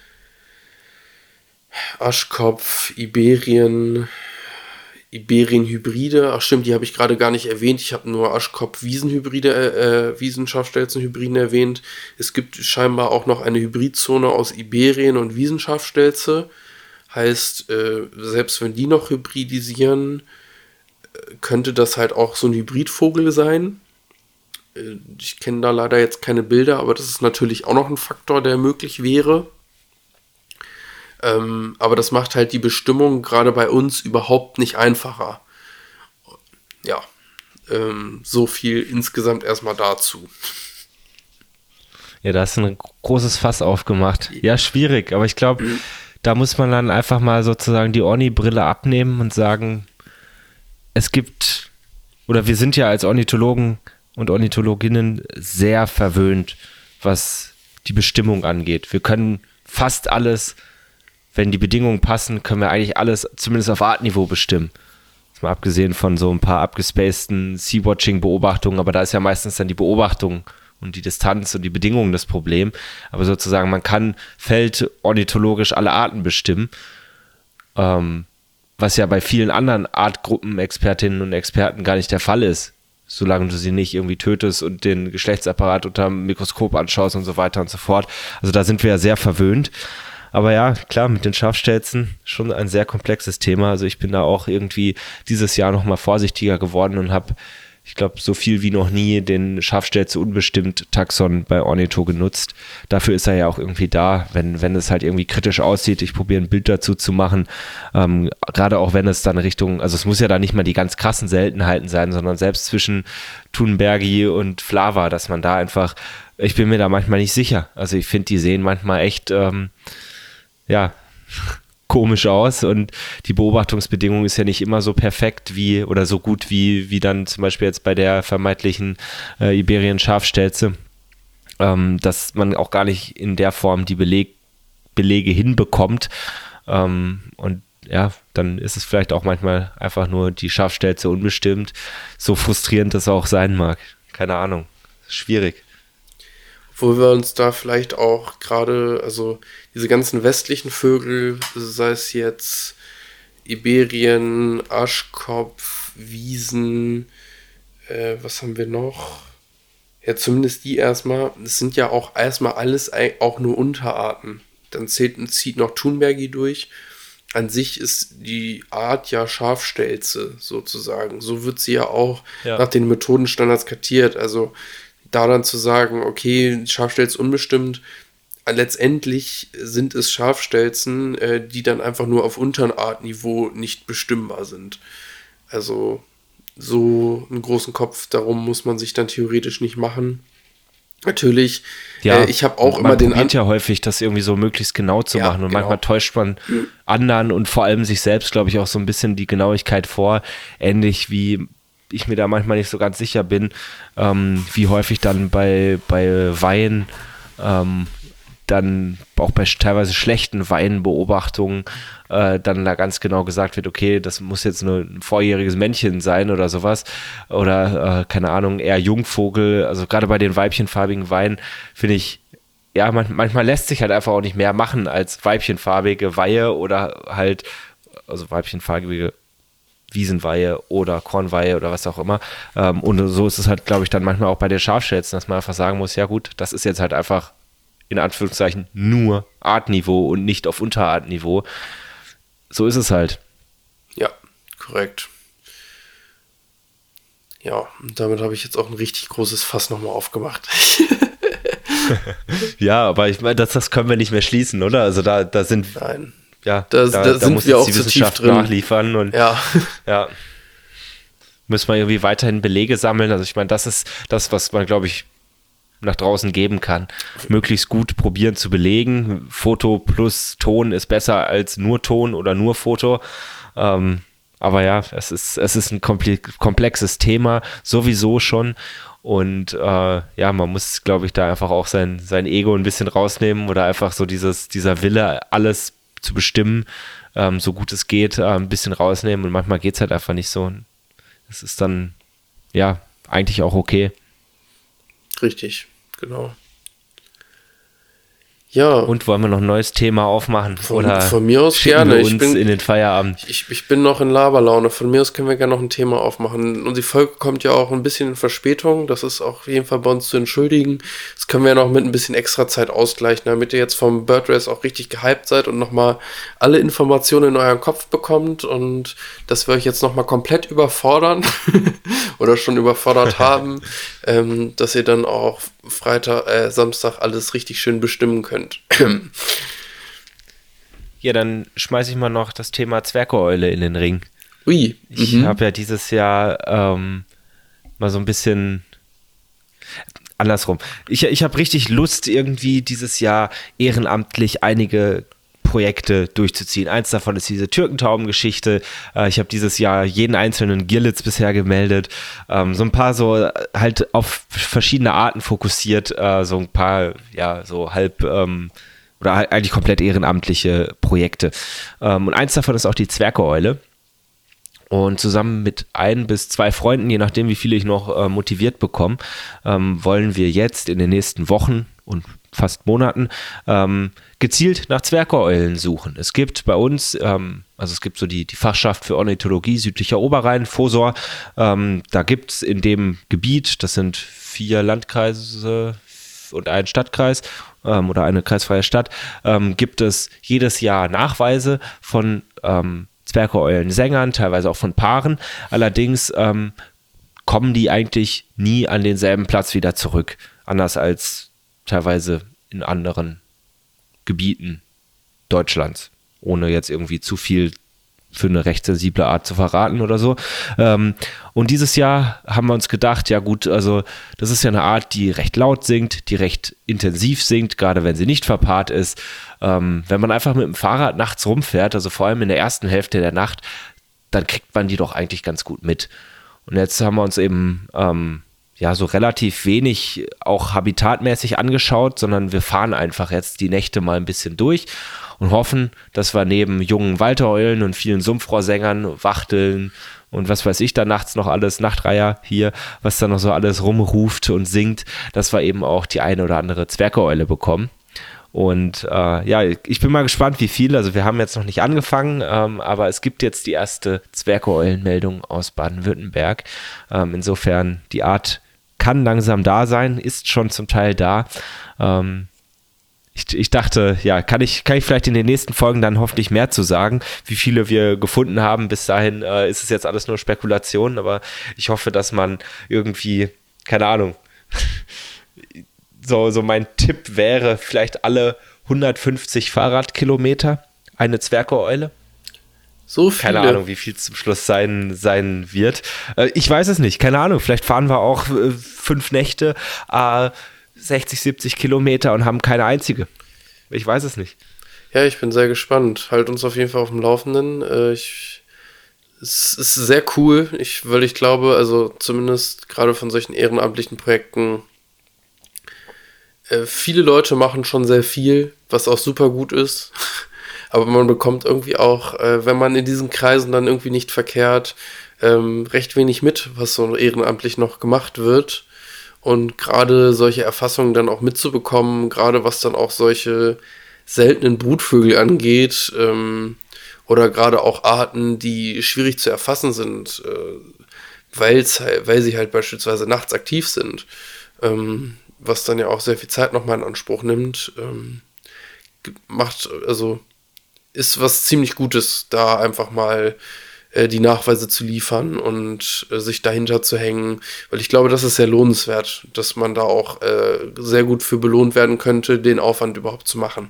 Aschkopf, Iberien, Iberien-Hybride, ach stimmt, die habe ich gerade gar nicht erwähnt, ich habe nur Aschkopf-Wiesenhybride, äh, Wiesenschafstelzen-Hybriden erwähnt. Es gibt scheinbar auch noch eine Hybridzone aus Iberien und Wiesenschafstelze, heißt, äh, selbst wenn die noch hybridisieren, könnte das halt auch so ein Hybridvogel sein. Äh, ich kenne da leider jetzt keine Bilder, aber das ist natürlich auch noch ein Faktor, der möglich wäre. Ähm, aber das macht halt die Bestimmung gerade bei uns überhaupt nicht einfacher. Ja, ähm, so viel insgesamt erstmal dazu. Ja, da hast du ein großes Fass aufgemacht. Ja, schwierig, aber ich glaube, mhm. da muss man dann einfach mal sozusagen die Orni-Brille abnehmen und sagen, es gibt, oder wir sind ja als Ornithologen und Ornithologinnen sehr verwöhnt, was die Bestimmung angeht. Wir können fast alles, wenn die Bedingungen passen, können wir eigentlich alles zumindest auf Artniveau bestimmen. Mal abgesehen von so ein paar abgespaceden Sea-Watching-Beobachtungen, aber da ist ja meistens dann die Beobachtung und die Distanz und die Bedingungen das Problem. Aber sozusagen, man kann feldornithologisch alle Arten bestimmen. Ähm, was ja bei vielen anderen Artgruppen-Expertinnen und Experten gar nicht der Fall ist, solange du sie nicht irgendwie tötest und den Geschlechtsapparat unter dem Mikroskop anschaust und so weiter und so fort. Also da sind wir ja sehr verwöhnt. Aber ja, klar, mit den Schafstelzen schon ein sehr komplexes Thema. Also ich bin da auch irgendwie dieses Jahr nochmal vorsichtiger geworden und habe, ich glaube, so viel wie noch nie den Schafstelze unbestimmt Taxon bei Ornitho genutzt. Dafür ist er ja auch irgendwie da, wenn, wenn es halt irgendwie kritisch aussieht. Ich probiere ein Bild dazu zu machen. Ähm, gerade auch wenn es dann Richtung, also es muss ja da nicht mal die ganz krassen Seltenheiten sein, sondern selbst zwischen Thunbergi und Flava, dass man da einfach, ich bin mir da manchmal nicht sicher. Also ich finde, die sehen manchmal echt, ähm, ja, komisch aus und die Beobachtungsbedingung ist ja nicht immer so perfekt wie oder so gut wie, wie dann zum Beispiel jetzt bei der vermeintlichen äh, Iberien-Schafstelze, ähm, dass man auch gar nicht in der Form die Beleg, Belege hinbekommt, ähm, und ja, dann ist es vielleicht auch manchmal einfach nur die Schafstelze unbestimmt, so frustrierend das auch sein mag. Keine Ahnung, schwierig. Wo wir uns da vielleicht auch gerade, also diese ganzen westlichen Vögel, sei es jetzt Iberien, Aschkopf, Wiesen, äh, was haben wir noch? Ja, zumindest die erstmal, das sind ja auch erstmal alles auch nur Unterarten. Dann zählt, zieht noch Thunbergi durch. An sich ist die Art ja Schafstelze sozusagen. So wird sie ja auch ja. nach den Methodenstandards kartiert. Also da dann zu sagen, okay, Schafstelze unbestimmt, letztendlich sind es Schafstelzen, äh, die dann einfach nur auf Unterartniveau nicht bestimmbar sind. Also so einen großen Kopf, darum muss man sich dann theoretisch nicht machen. Natürlich, ja, äh, ich habe auch man immer den... Man probiert ja häufig, das irgendwie so möglichst genau zu ja, machen und genau. manchmal täuscht man mhm. anderen und vor allem sich selbst, glaube ich, auch so ein bisschen die Genauigkeit vor, ähnlich wie ich mir da manchmal nicht so ganz sicher bin, ähm, wie häufig dann bei, bei Wein, ähm, dann auch bei teilweise schlechten Weinbeobachtungen äh, dann da ganz genau gesagt wird, okay, das muss jetzt nur ein vorjähriges Männchen sein oder sowas oder äh, keine Ahnung, eher Jungvogel, also gerade bei den weibchenfarbigen Weinen finde ich, ja, man, manchmal lässt sich halt einfach auch nicht mehr machen als weibchenfarbige Weihe oder halt, also weibchenfarbige Wiesenweihe oder Kornweihe oder was auch immer. Ähm, und so ist es halt, glaube ich, dann manchmal auch bei den Schafstelzen, dass man einfach sagen muss, ja gut, das ist jetzt halt einfach in Anführungszeichen nur Artniveau und nicht auf Unterartniveau. So ist es halt. Ja, korrekt. Ja, und damit habe ich jetzt auch ein richtig großes Fass nochmal aufgemacht. Ja, aber ich meine, das, das können wir nicht mehr schließen, oder? Also da, da sind... Nein. Ja, das, da, da da sind muss wir jetzt auch die zu Wissenschaft tief drin. nachliefern und ja. ja, müssen wir irgendwie weiterhin Belege sammeln. Also ich meine, das ist das, was man, glaube ich, nach draußen geben kann. Möglichst gut probieren zu belegen. Foto plus Ton ist besser als nur Ton oder nur Foto. Ähm, aber ja, es ist, es ist ein komplexes Thema, sowieso schon. Und äh, ja, man muss, glaube ich, da einfach auch sein, sein Ego ein bisschen rausnehmen oder einfach so dieses, dieser Wille, alles zu bestimmen, ähm, so gut es geht, äh, ein bisschen rausnehmen. Und manchmal geht es halt einfach nicht so. Es ist dann, ja, eigentlich auch okay. Richtig, genau. Ja. Und wollen wir noch ein neues Thema aufmachen? Von, oder von mir aus schicken gerne. wir uns Ich bin, in den Feierabend? Ich, ich bin noch in Laberlaune. Von mir aus können wir gerne noch ein Thema aufmachen. Und die Folge kommt ja auch ein bisschen in Verspätung. Das ist auch auf jeden Fall bei uns zu entschuldigen. Das können wir ja noch mit ein bisschen extra Zeit ausgleichen, damit ihr jetzt vom Bird Race auch richtig gehypt seid und nochmal alle Informationen in euren Kopf bekommt und dass wir euch jetzt nochmal komplett überfordern oder schon überfordert haben, ähm, dass ihr dann auch Freitag, äh, Samstag alles richtig schön bestimmen könnt. Ja, dann schmeiße ich mal noch das Thema Zwergeule in den Ring. Ui. Ich mhm. habe ja dieses Jahr ähm, mal so ein bisschen andersrum. Ich, ich habe richtig Lust, irgendwie dieses Jahr ehrenamtlich einige Projekte durchzuziehen. Eins davon ist diese Türkentauben-Geschichte. Äh, ich habe dieses Jahr jeden einzelnen Girlitz bisher gemeldet. Ähm, so ein paar so halt auf verschiedene Arten fokussiert, äh, so ein paar, ja, so halb ähm, oder halt eigentlich komplett ehrenamtliche Projekte. Ähm, und eins davon ist auch die Zwergeule. Und zusammen mit ein bis zwei Freunden, je nachdem, wie viele ich noch äh, motiviert bekomme, ähm, wollen wir jetzt in den nächsten Wochen und fast Monaten, ähm, gezielt nach Zwergeulen suchen. Es gibt bei uns, ähm, also es gibt so die, die Fachschaft für Ornithologie südlicher Oberrhein, FOSOR, ähm, da gibt es in dem Gebiet, das sind vier Landkreise und ein Stadtkreis ähm, oder eine kreisfreie Stadt, ähm, gibt es jedes Jahr Nachweise von ähm, Zwergeulen-Sängern, teilweise auch von Paaren. Allerdings ähm, kommen die eigentlich nie an denselben Platz wieder zurück, anders als teilweise in anderen Gebieten Deutschlands, ohne jetzt irgendwie zu viel für eine recht sensible Art zu verraten oder so. Ähm, und dieses Jahr haben wir uns gedacht, ja gut, also das ist ja eine Art, die recht laut singt, die recht intensiv singt, gerade wenn sie nicht verpaart ist. Ähm, wenn man einfach mit dem Fahrrad nachts rumfährt, also vor allem in der ersten Hälfte der Nacht, dann kriegt man die doch eigentlich ganz gut mit. Und jetzt haben wir uns eben ähm, ja so relativ wenig auch habitatmäßig angeschaut, sondern wir fahren einfach jetzt die Nächte mal ein bisschen durch und hoffen, dass wir neben jungen Waltereulen und vielen Sumpfrohrsängern, Wachteln und was weiß ich da nachts noch alles, Nachtreiher hier, was da noch so alles rumruft und singt, dass wir eben auch die eine oder andere Zwergeule bekommen. Und äh, ja, ich bin mal gespannt, wie viel. Also wir haben jetzt noch nicht angefangen, ähm, aber es gibt jetzt die erste Zwergeulenmeldung aus Baden-Württemberg. Ähm, insofern, die Art kann langsam da sein, ist schon zum Teil da. Ähm, ich, ich dachte, ja, kann ich, kann ich vielleicht in den nächsten Folgen dann hoffentlich mehr zu sagen, wie viele wir gefunden haben. Bis dahin äh, ist es jetzt alles nur Spekulation, aber ich hoffe, dass man irgendwie, keine Ahnung, So, so mein Tipp wäre vielleicht alle hundertfünfzig Fahrradkilometer eine Zwergeule. So viele. Keine Ahnung, wie viel zum Schluss sein, sein wird. Äh, ich weiß es nicht, keine Ahnung. Vielleicht fahren wir auch äh, fünf Nächte, äh, sechzig, siebzig Kilometer und haben keine einzige. Ich weiß es nicht. Ja, ich bin sehr gespannt. Halt uns auf jeden Fall auf dem Laufenden. Äh, ich, es ist sehr cool, ich, weil ich glaube, also zumindest gerade von solchen ehrenamtlichen Projekten, viele Leute machen schon sehr viel, was auch super gut ist, aber man bekommt irgendwie auch, äh, wenn man in diesen Kreisen dann irgendwie nicht verkehrt, ähm, recht wenig mit, was so ehrenamtlich noch gemacht wird. Und gerade solche Erfassungen dann auch mitzubekommen, gerade was dann auch solche seltenen Brutvögel angeht, ähm, oder gerade auch Arten, die schwierig zu erfassen sind, äh, weil's, weil sie halt beispielsweise nachts aktiv sind, ähm, was dann ja auch sehr viel Zeit nochmal in Anspruch nimmt, ähm, macht, also ist was ziemlich Gutes, da einfach mal äh, die Nachweise zu liefern und äh, sich dahinter zu hängen, weil ich glaube, das ist sehr lohnenswert, dass man da auch äh, sehr gut für belohnt werden könnte, den Aufwand überhaupt zu machen.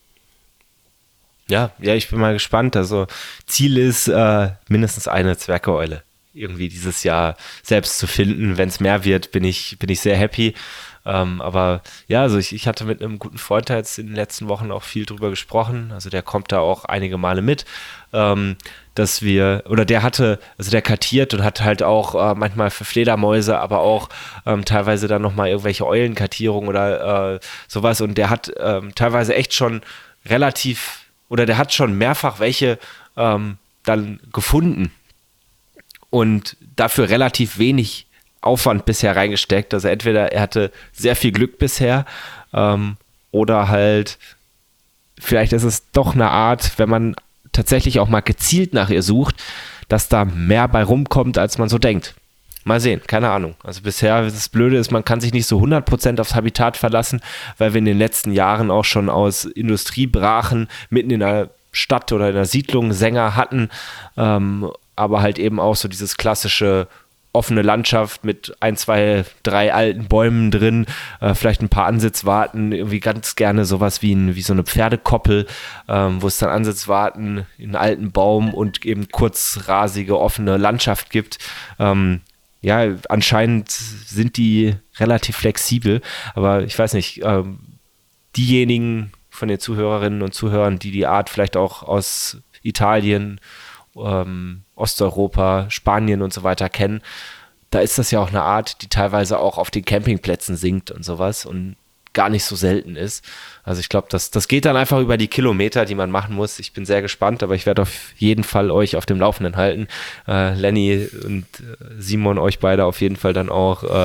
Ja, ja, ich bin mal gespannt. Also Ziel ist, äh, mindestens eine Zwergeule irgendwie dieses Jahr selbst zu finden. Wenn es mehr wird, bin ich, bin ich sehr happy. Ähm, aber ja, also ich, ich hatte mit einem guten Freund da jetzt in den letzten Wochen auch viel drüber gesprochen. Also der kommt da auch einige Male mit, ähm, dass wir, oder der hatte, also der kartiert und hat halt auch äh, manchmal für Fledermäuse, aber auch ähm, teilweise dann nochmal irgendwelche Eulenkartierungen oder äh, sowas. Und der hat ähm, teilweise echt schon relativ, oder der hat schon mehrfach welche ähm, dann gefunden und dafür relativ wenig Aufwand bisher reingesteckt. Also entweder er hatte sehr viel Glück bisher ähm, oder halt vielleicht ist es doch eine Art, wenn man tatsächlich auch mal gezielt nach ihr sucht, dass da mehr bei rumkommt, als man so denkt. Mal sehen, keine Ahnung. Also bisher, das Blöde ist, man kann sich nicht so hundert Prozent aufs Habitat verlassen, weil wir in den letzten Jahren auch schon aus Industriebrachen mitten in einer Stadt oder in einer Siedlung Sänger hatten, ähm, aber halt eben auch so dieses klassische offene Landschaft mit ein, zwei, drei alten Bäumen drin, äh, vielleicht ein paar Ansitzwarten, irgendwie ganz gerne sowas wie, ein, wie so eine Pferdekoppel, ähm, wo es dann Ansitzwarten in einem alten Baum und eben kurzrasige, offene Landschaft gibt. Ähm, ja, anscheinend sind die relativ flexibel, aber ich weiß nicht, ähm, diejenigen von den Zuhörerinnen und Zuhörern, die die Art vielleicht auch aus Italien, ähm, Osteuropa, Spanien und so weiter kennen, da ist das ja auch eine Art, die teilweise auch auf den Campingplätzen singt und sowas und gar nicht so selten ist. Also ich glaube, das, das geht dann einfach über die Kilometer, die man machen muss. Ich bin sehr gespannt, aber ich werde auf jeden Fall euch auf dem Laufenden halten. Äh, Lenny und Simon, euch beide auf jeden Fall dann auch äh,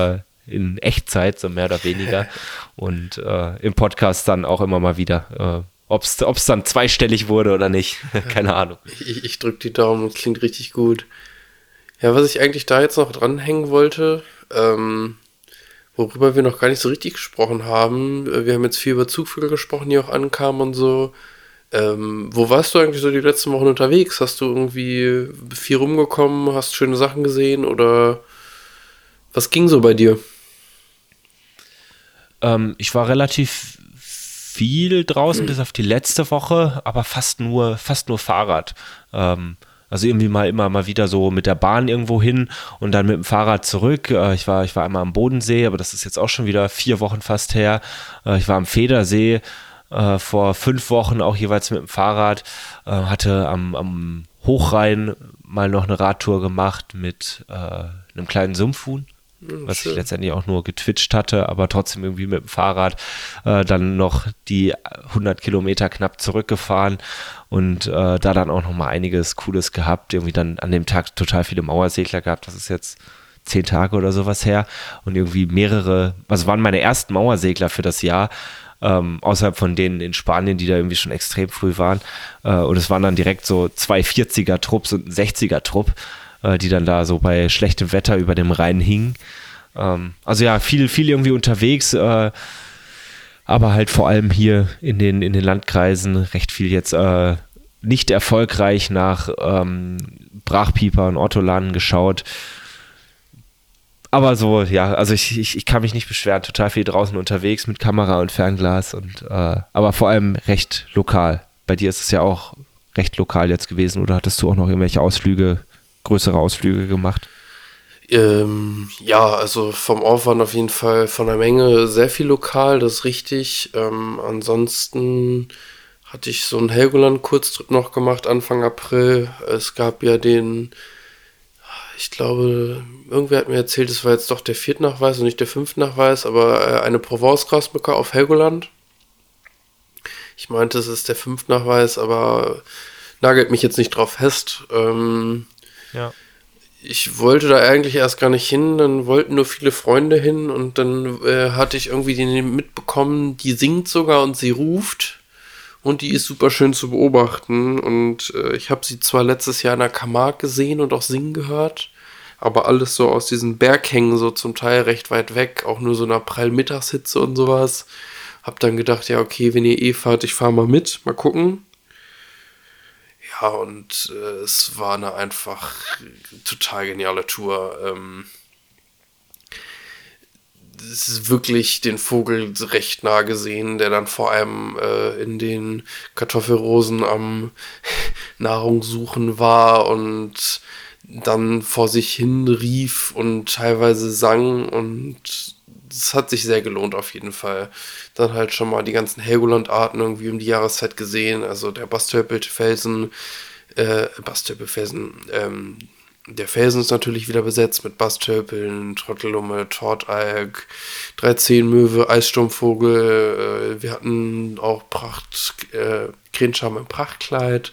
in Echtzeit, so mehr oder weniger. Und äh, im Podcast dann auch immer mal wieder. Äh, Ob es dann zweistellig wurde oder nicht, keine Ahnung. Ich, ich drücke die Daumen, das klingt richtig gut. Ja, was ich eigentlich da jetzt noch dranhängen wollte, ähm, worüber wir noch gar nicht so richtig gesprochen haben, wir haben jetzt viel über Zugvögel gesprochen, die auch ankamen und so. Ähm, wo warst du eigentlich so die letzten Wochen unterwegs? Hast du irgendwie viel rumgekommen, hast schöne Sachen gesehen oder was ging so bei dir? Ähm, ich war relativ viel draußen, mhm. bis auf die letzte Woche, aber fast nur, fast nur Fahrrad. Ähm, also irgendwie mal immer mal wieder so mit der Bahn irgendwo hin und dann mit dem Fahrrad zurück. Äh, ich war, ich war einmal am Bodensee, aber das ist jetzt auch schon wieder vier Wochen fast her. Äh, ich war am Federsee äh, vor fünf Wochen auch jeweils mit dem Fahrrad. Äh, hatte am, am Hochrhein mal noch eine Radtour gemacht mit äh, einem kleinen Sumpfhuhn. Was Schön. Ich letztendlich auch nur getwitcht hatte, aber trotzdem irgendwie mit dem Fahrrad äh, dann noch die hundert Kilometer knapp zurückgefahren und äh, da dann auch noch mal einiges Cooles gehabt. Irgendwie dann an dem Tag total viele Mauersegler gehabt. Das ist jetzt zehn Tage oder sowas her und irgendwie mehrere, also waren meine ersten Mauersegler für das Jahr, ähm, außerhalb von denen in Spanien, die da irgendwie schon extrem früh waren. Äh, und es waren dann direkt so zwei vierziger-Trupps und ein sechziger-Trupp, die dann da so bei schlechtem Wetter über dem Rhein hingen. Ähm, also ja, viel, viel irgendwie unterwegs, äh, aber halt vor allem hier in den, in den Landkreisen recht viel jetzt äh, nicht erfolgreich nach ähm, Brachpieper und Ortolanen geschaut. Aber so, ja, also ich, ich, ich kann mich nicht beschweren, total viel draußen unterwegs mit Kamera und Fernglas und äh, aber vor allem recht lokal. Bei dir ist es ja auch recht lokal jetzt gewesen, oder hattest du auch noch irgendwelche Ausflüge, größere Ausflüge gemacht? Ähm, ja, also vom Aufwand auf jeden Fall von der Menge sehr viel lokal, das ist richtig. Ähm, ansonsten hatte ich so einen Helgoland-Kurztrip noch gemacht, Anfang April. Es gab ja den, ich glaube, irgendwer hat mir erzählt, es war jetzt doch der Viertnachweis und nicht der Fünftnachweis, aber äh, eine Provence-Grasmücke auf Helgoland. Ich meinte, es ist der Fünftnachweis, aber nagelt mich jetzt nicht drauf fest. Ähm, Ja. Ich wollte da eigentlich erst gar nicht hin, dann wollten nur viele Freunde hin und dann äh, hatte ich irgendwie den mitbekommen, die singt sogar und sie ruft und die ist super schön zu beobachten und äh, ich habe sie zwar letztes Jahr in der Camargue gesehen und auch singen gehört, aber alles so aus diesen Berghängen so zum Teil recht weit weg, auch nur so einer prallen Mittagshitze und sowas. Hab dann gedacht, ja okay, wenn ihr eh fahrt, ich fahr mal mit, mal gucken. Ja, und äh, es war eine einfach total geniale Tour. Ähm, es ist wirklich den Vogel recht nah gesehen, der dann vor allem äh, in den Kartoffelrosen am Nahrung suchen war und dann vor sich hin rief und teilweise sang und es hat sich sehr gelohnt auf jeden Fall. Dann halt schon mal die ganzen Helgoland-Arten irgendwie um die Jahreszeit gesehen, also der Bastölpelfelsen, äh, Bastölpelfelsen, ähm, der Felsen ist natürlich wieder besetzt mit Bastölpeln, Trottelumme, Tortalg, Dreizehnmöwe, Eissturmvogel, äh, wir hatten auch Pracht, äh, Krähenscham im Prachtkleid.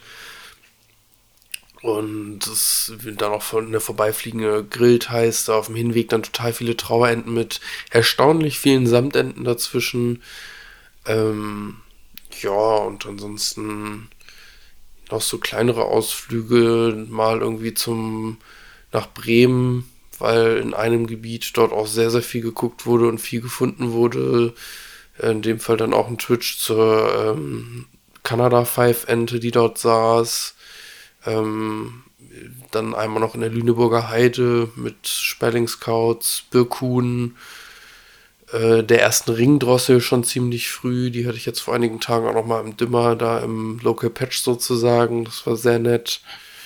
Und es dann auch von eine vorbeifliegende Grillteiste auf dem Hinweg dann total viele Trauerenten mit erstaunlich vielen Samtenten dazwischen. Ähm, ja, und ansonsten noch so kleinere Ausflüge, mal irgendwie zum nach Bremen, weil in einem Gebiet dort auch sehr, sehr viel geguckt wurde und viel gefunden wurde. In dem Fall dann auch ein Twitch zur ähm, Kanada-Pfeifente, die dort saß. Ähm, dann einmal noch in der Lüneburger Heide mit Sperlingscouts, Birkhuhn, äh, der ersten Ringdrossel schon ziemlich früh, die hatte ich jetzt vor einigen Tagen auch noch mal im Dimmer, da im Local Patch sozusagen, das war sehr nett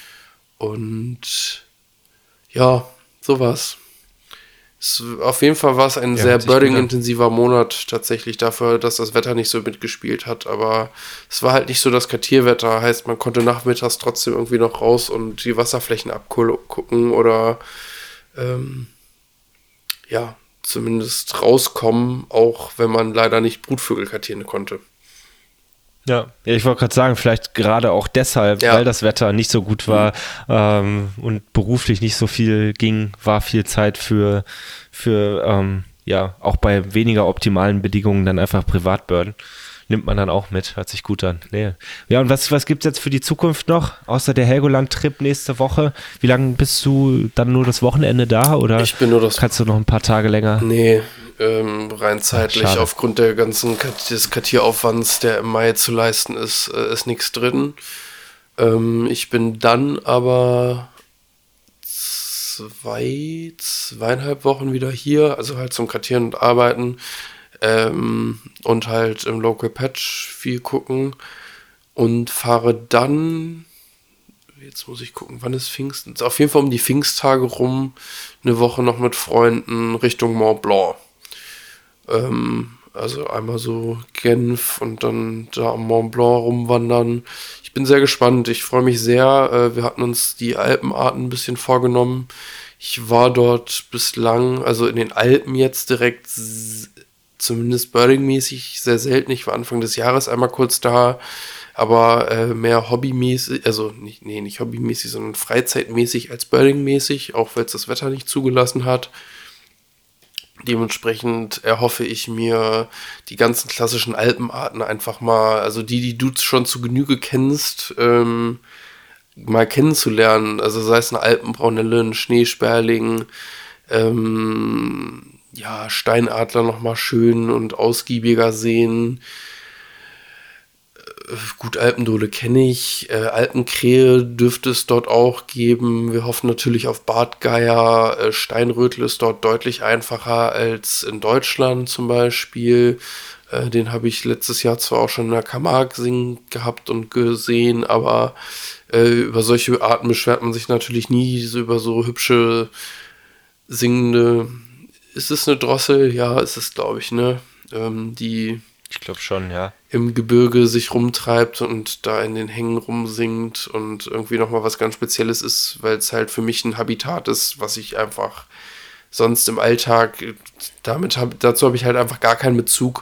und ja, sowas. Es, auf jeden Fall war es ein ja, sehr birding-intensiver Monat tatsächlich dafür, dass das Wetter nicht so mitgespielt hat, aber es war halt nicht so das Kartierwetter, heißt man konnte nachmittags trotzdem irgendwie noch raus und die Wasserflächen abgucken oder ähm, ja, zumindest rauskommen, auch wenn man leider nicht Brutvögel kartieren konnte. Ja, ich wollte gerade sagen, vielleicht gerade auch deshalb, ja. weil das Wetter nicht so gut war mhm. ähm, und beruflich nicht so viel ging, war viel Zeit für, für ähm, ja, auch bei weniger optimalen Bedingungen dann einfach Privatbirden. Nimmt man dann auch mit, hört sich gut an. Nee. Ja, und was, was gibt es jetzt für die Zukunft noch, außer der Helgoland-Trip nächste Woche? Wie lange bist du dann nur das Wochenende da oder ich bin nur das kannst du noch ein paar Tage länger? Nee, ähm, rein zeitlich, Ach, aufgrund der ganzen des Kartieraufwands, der im Mai zu leisten ist, äh, ist nichts drin. Ähm, ich bin dann aber zwei, zweieinhalb Wochen wieder hier, also halt zum Kartieren und Arbeiten. Ähm, und halt im Local Patch viel gucken und fahre dann, jetzt muss ich gucken, wann ist Pfingsten? Auf jeden Fall um die Pfingsttage rum, eine Woche noch mit Freunden Richtung Mont Blanc. Ähm, also einmal so Genf und dann da am Mont Blanc rumwandern. Ich bin sehr gespannt, ich freue mich sehr. Äh, wir hatten uns die Alpenarten ein bisschen vorgenommen. Ich war dort bislang, also in den Alpen jetzt direkt zumindest birding-mäßig sehr selten. Ich war Anfang des Jahres einmal kurz da, aber äh, mehr hobbymäßig, also nicht, nee, nicht hobbymäßig, sondern freizeitmäßig als birding-mäßig, auch weil es das Wetter nicht zugelassen hat. Dementsprechend erhoffe ich mir die ganzen klassischen Alpenarten einfach mal, also die, die du schon zu Genüge kennst, ähm, mal kennenzulernen. Also sei es eine Alpenbraunelle, ein Schneesperling, ähm, ja, Steinadler nochmal schön und ausgiebiger sehen. Äh, gut, Alpendole kenne ich. Äh, Alpenkrähe dürfte es dort auch geben. Wir hoffen natürlich auf Bartgeier. Äh, Steinrötel ist dort deutlich einfacher als in Deutschland zum Beispiel. Äh, den habe ich letztes Jahr zwar auch schon in der Camargue singen gehabt und gesehen, aber äh, über solche Arten beschwert man sich natürlich nie, so über so hübsche singende. Ist es eine Drossel? Ja, ist es, glaube ich, ne? Ähm, die Ich glaube schon, ja. im Gebirge sich rumtreibt und da in den Hängen rumsingt und irgendwie nochmal was ganz Spezielles ist, weil es halt für mich ein Habitat ist, was ich einfach sonst im Alltag, damit hab, dazu habe ich halt einfach gar keinen Bezug.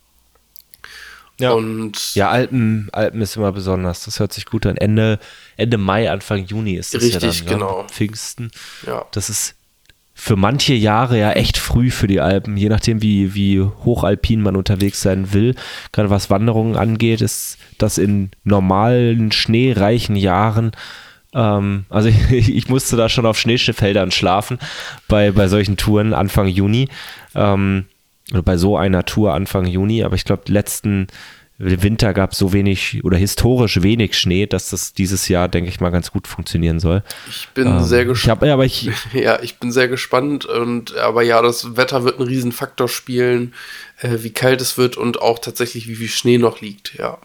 Ja. Und ja, Alpen, Alpen ist immer besonders. Das hört sich gut an. Ende, Ende Mai, Anfang Juni ist das richtig, ja dann, genau. Ja, Pfingsten. Ja. Das ist für manche Jahre ja echt früh für die Alpen, je nachdem wie, wie hochalpin man unterwegs sein will. Gerade was Wanderungen angeht, ist das in normalen, schneereichen Jahren, ähm, also ich, ich musste da schon auf Schneefeldern schlafen bei, bei solchen Touren Anfang Juni, ähm, oder bei so einer Tour Anfang Juni, aber ich glaube, letzten Winter gab es so wenig oder historisch wenig Schnee, dass das dieses Jahr, denke ich mal, ganz gut funktionieren soll. Ich bin ähm, sehr gespannt. Ich hab, aber ich, ja, ich bin sehr gespannt. Und aber ja, das Wetter wird einen riesen Faktor spielen, äh, wie kalt es wird und auch tatsächlich, wie viel Schnee noch liegt. Ja.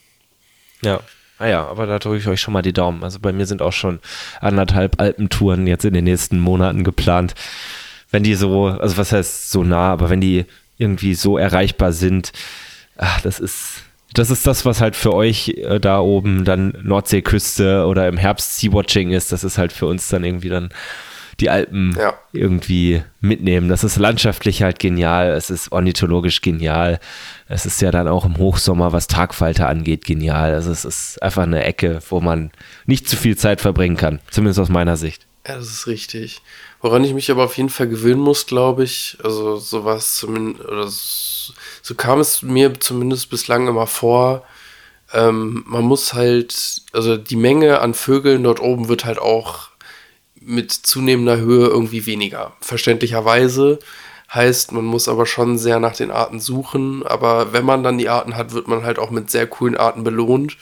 Ja. Ah ja, aber da drücke ich euch schon mal die Daumen. Also bei mir sind auch schon anderthalb Alpentouren jetzt in den nächsten Monaten geplant. Wenn die so, also was heißt so nah, aber wenn die irgendwie so erreichbar sind, ach, das ist, das ist das, was halt für euch äh, da oben dann Nordseeküste oder im Herbst Sea-Watching ist. Das ist halt für uns dann irgendwie dann die Alpen ja. irgendwie mitnehmen. Das ist landschaftlich halt genial. Es ist ornithologisch genial. Es ist ja dann auch im Hochsommer, was Tagfalter angeht, genial. Also es ist einfach eine Ecke, wo man nicht zu viel Zeit verbringen kann. Zumindest aus meiner Sicht. Ja, das ist richtig. Woran ich mich aber auf jeden Fall gewöhnen muss, glaube ich, also sowas zumindest, oder so, so kam es mir zumindest bislang immer vor, ähm, man muss halt, also die Menge an Vögeln dort oben wird halt auch mit zunehmender Höhe irgendwie weniger. Verständlicherweise heißt, man muss aber schon sehr nach den Arten suchen, aber wenn man dann die Arten hat, wird man halt auch mit sehr coolen Arten belohnt.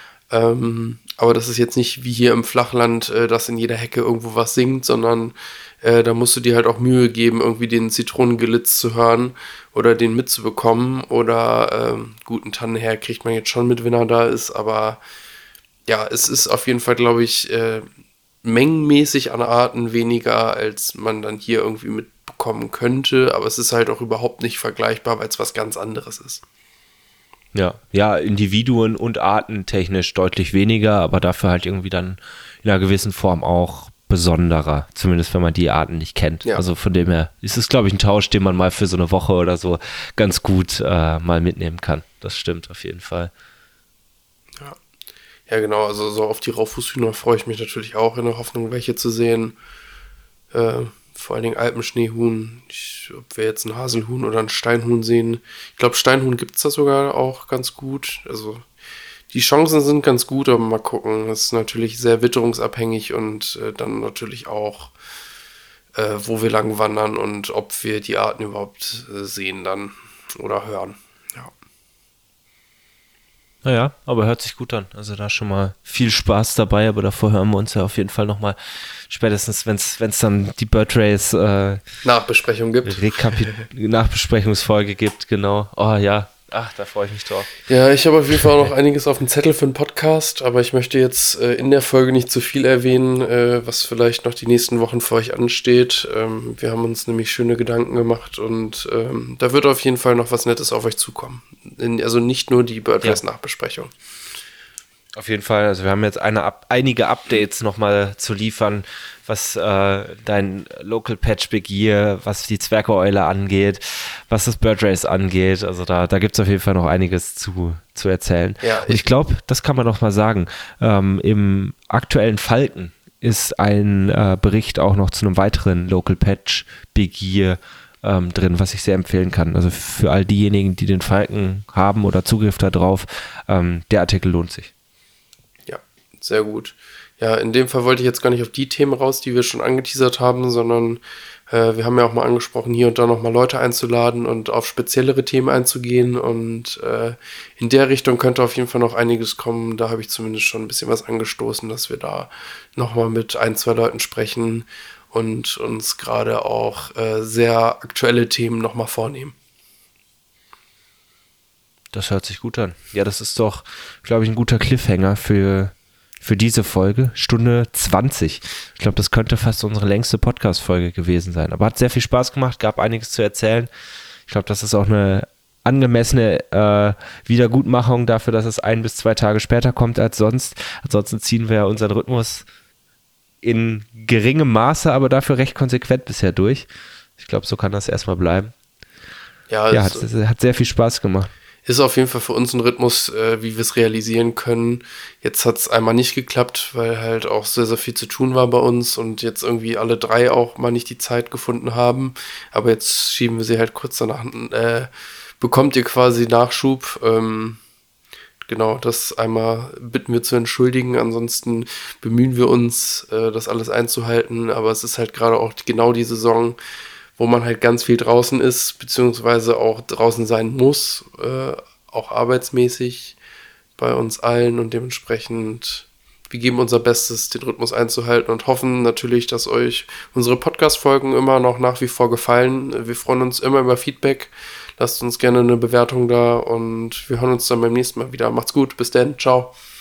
Ähm, aber das ist jetzt nicht wie hier im Flachland, äh, dass in jeder Hecke irgendwo was singt, sondern äh, da musst du dir halt auch Mühe geben, irgendwie den Zitronengelitz zu hören oder den mitzubekommen. Oder ähm, guten Tannenherr kriegt man jetzt schon mit, wenn er da ist. Aber ja, es ist auf jeden Fall, glaube ich, äh, mengenmäßig an Arten weniger, als man dann hier irgendwie mitbekommen könnte. Aber es ist halt auch überhaupt nicht vergleichbar, weil es was ganz anderes ist. Ja, ja, Individuen und Arten technisch deutlich weniger, aber dafür halt irgendwie dann in einer gewissen Form auch besonderer, zumindest wenn man die Arten nicht kennt. Ja. Also von dem her ist es, glaube ich, ein Tausch, den man mal für so eine Woche oder so ganz gut äh, mal mitnehmen kann. Das stimmt auf jeden Fall. Ja, ja genau, also so auf die Raufußhühner freue ich mich natürlich auch in der Hoffnung, welche zu sehen. Äh, vor allen Dingen Alpenschneehuhn. Ich, ob wir jetzt ein Haselhuhn oder ein Steinhuhn sehen. Ich glaube, Steinhuhn gibt es da sogar auch ganz gut. Also die Chancen sind ganz gut, aber mal gucken. Das ist natürlich sehr witterungsabhängig und äh, dann natürlich auch, äh, wo wir lang wandern und ob wir die Arten überhaupt äh, sehen dann oder hören. Ja. Naja, aber hört sich gut an. Also da schon mal viel Spaß dabei, aber davor hören wir uns ja auf jeden Fall nochmal, spätestens wenn es dann die Bird Race äh, Nachbesprechung gibt. Rekapit- Nachbesprechungsfolge gibt, genau. Oh ja, ach, da freue ich mich drauf. Ja, ich habe auf jeden Fall auch noch einiges auf dem Zettel für einen Podcast, aber ich möchte jetzt äh, in der Folge nicht zu viel erwähnen, äh, was vielleicht noch die nächsten Wochen für euch ansteht. Ähm, wir haben uns nämlich schöne Gedanken gemacht und ähm, da wird auf jeden Fall noch was Nettes auf euch zukommen. In, also nicht nur die Bird Race Nachbesprechung. Auf jeden Fall, also wir haben jetzt eine, einige Updates nochmal zu liefern, was äh, dein Local Patch Big Year, was die Zwergeeule angeht, was das Bird Race angeht. Also da, da gibt es auf jeden Fall noch einiges zu, zu erzählen. Ja, Und ich glaube, das kann man doch mal sagen. Ähm, im aktuellen Falken ist ein äh, Bericht auch noch zu einem weiteren Local Patch Big Year ähm, drin, was ich sehr empfehlen kann. Also für all diejenigen, die den Falken haben oder Zugriff darauf, ähm, der Artikel lohnt sich. Sehr gut. Ja, in dem Fall wollte ich jetzt gar nicht auf die Themen raus, die wir schon angeteasert haben, sondern äh, wir haben ja auch mal angesprochen, hier und da nochmal Leute einzuladen und auf speziellere Themen einzugehen und äh, in der Richtung könnte auf jeden Fall noch einiges kommen. Da habe ich zumindest schon ein bisschen was angestoßen, dass wir da nochmal mit ein, zwei Leuten sprechen und uns gerade auch äh, sehr aktuelle Themen nochmal vornehmen. Das hört sich gut an. Ja, das ist doch, glaube ich, ein guter Cliffhanger für für diese Folge, Stunde zwanzig. Ich glaube, das könnte fast unsere längste Podcast-Folge gewesen sein. Aber hat sehr viel Spaß gemacht, gab einiges zu erzählen. Ich glaube, das ist auch eine angemessene äh, Wiedergutmachung dafür, dass es ein bis zwei Tage später kommt als sonst. Ansonsten ziehen wir unseren Rhythmus in geringem Maße, aber dafür recht konsequent bisher durch. Ich glaube, so kann das erstmal bleiben. Ja, ja hat, hat sehr viel Spaß gemacht. Ist auf jeden Fall für uns ein Rhythmus, äh, wie wir es realisieren können. Jetzt hat es einmal nicht geklappt, weil halt auch sehr, sehr viel zu tun war bei uns und jetzt irgendwie alle drei auch mal nicht die Zeit gefunden haben. Aber jetzt schieben wir sie halt kurz danach, äh, bekommt ihr quasi Nachschub. Ähm, genau, das einmal bitten wir zu entschuldigen. Ansonsten bemühen wir uns, äh, das alles einzuhalten. Aber es ist halt gerade auch genau die Saison, wo man halt ganz viel draußen ist, beziehungsweise auch draußen sein muss, äh, auch arbeitsmäßig bei uns allen und dementsprechend, wir geben unser Bestes, den Rhythmus einzuhalten und hoffen natürlich, dass euch unsere Podcast-Folgen immer noch nach wie vor gefallen. Wir freuen uns immer über Feedback, lasst uns gerne eine Bewertung da und wir hören uns dann beim nächsten Mal wieder. Macht's gut, bis dann, ciao.